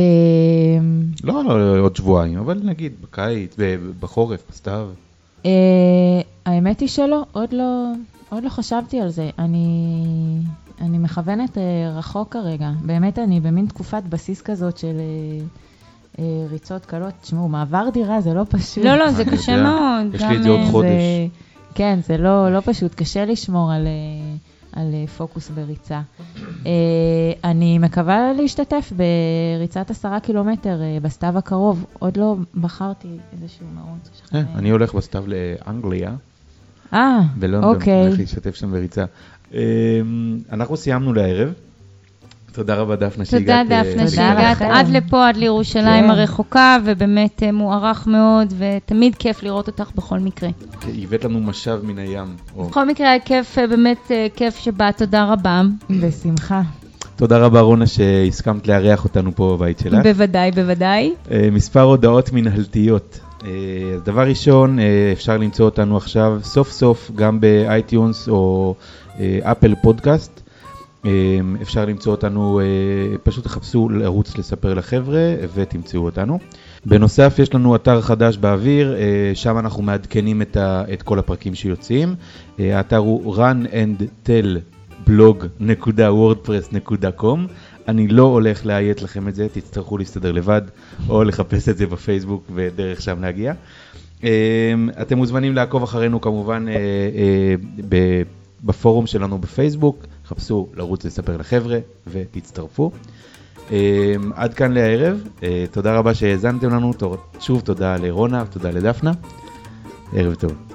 Speaker 1: לא, לא, עוד שבועיים, אבל נגיד בקיץ, ב- בחורף, בסתיו.
Speaker 3: אה, האמת היא שלא, עוד לא, עוד לא חשבתי על זה. אני, אני מכוונת אה, רחוק כרגע. באמת אני במין תקופת בסיס כזאת של אה, אה, ריצות קלות. תשמעו, מעבר דירה זה לא פשוט.
Speaker 2: לא, לא, זה
Speaker 1: אני
Speaker 2: קשה
Speaker 1: יודע.
Speaker 2: מאוד.
Speaker 1: יש לי
Speaker 2: גם,
Speaker 1: את זה עוד
Speaker 2: אה,
Speaker 1: חודש.
Speaker 3: זה, כן, זה לא, לא פשוט, קשה לשמור על, אה, על אה, פוקוס בריצה. אה, אני מקווה להשתתף בריצת עשרה קילומטר אה, בסתיו הקרוב. עוד לא בחרתי איזשהו מרוץ. יש לכם,
Speaker 1: אה,
Speaker 3: אה,
Speaker 1: אני הולך בסתיו לאנגליה,
Speaker 3: אה,
Speaker 1: בלונדון,
Speaker 3: אוקיי.
Speaker 1: הולך להשתתף שם בריצה. אה, אנחנו סיימנו לערב. תודה רבה דפנה
Speaker 2: תודה
Speaker 1: שהגעת. אה,
Speaker 2: דפנה
Speaker 3: תודה
Speaker 2: שהגעת
Speaker 3: לכם.
Speaker 2: עד לפה, עד לירושלים
Speaker 3: כן.
Speaker 2: הרחוקה, ובאמת אה, מוערך מאוד, ותמיד כיף לראות אותך בכל מקרה.
Speaker 1: כן, הבאת לנו משב מן הים. או-
Speaker 2: בכל מקרה היה כיף, אה, באמת אה, כיף שבאת, תודה רבה.
Speaker 3: בשמחה.
Speaker 1: תודה רבה רונה שהסכמת לארח אותנו פה בבית שלך.
Speaker 2: בוודאי, בוודאי.
Speaker 1: אה, מספר הודעות מנהלתיות. אה, אז דבר ראשון, אה, אפשר למצוא אותנו עכשיו סוף סוף גם באייטיונס או אה, אפל פודקאסט. אה, אפשר למצוא אותנו, אה, פשוט תחפשו לרוץ לספר לחבר'ה ותמצאו אותנו. בנוסף יש לנו אתר חדש באוויר, אה, שם אנחנו מעדכנים את, ה, את כל הפרקים שיוצאים. אה, האתר הוא run and tell blog נקודה וורדפרס נקודה קום. אני לא הולך להיית לכם את זה, תצטרכו להסתדר לבד, או לחפש את זה בפייסבוק ודרך שם להגיע. אתם מוזמנים לעקוב אחרינו כמובן בפורום שלנו בפייסבוק, חפשו לרוץ לספר לחבר'ה ותצטרפו. עד כאן לערב, תודה רבה שהאזנתם לנו, שוב תודה לרונה ותודה לדפנה, ערב טוב.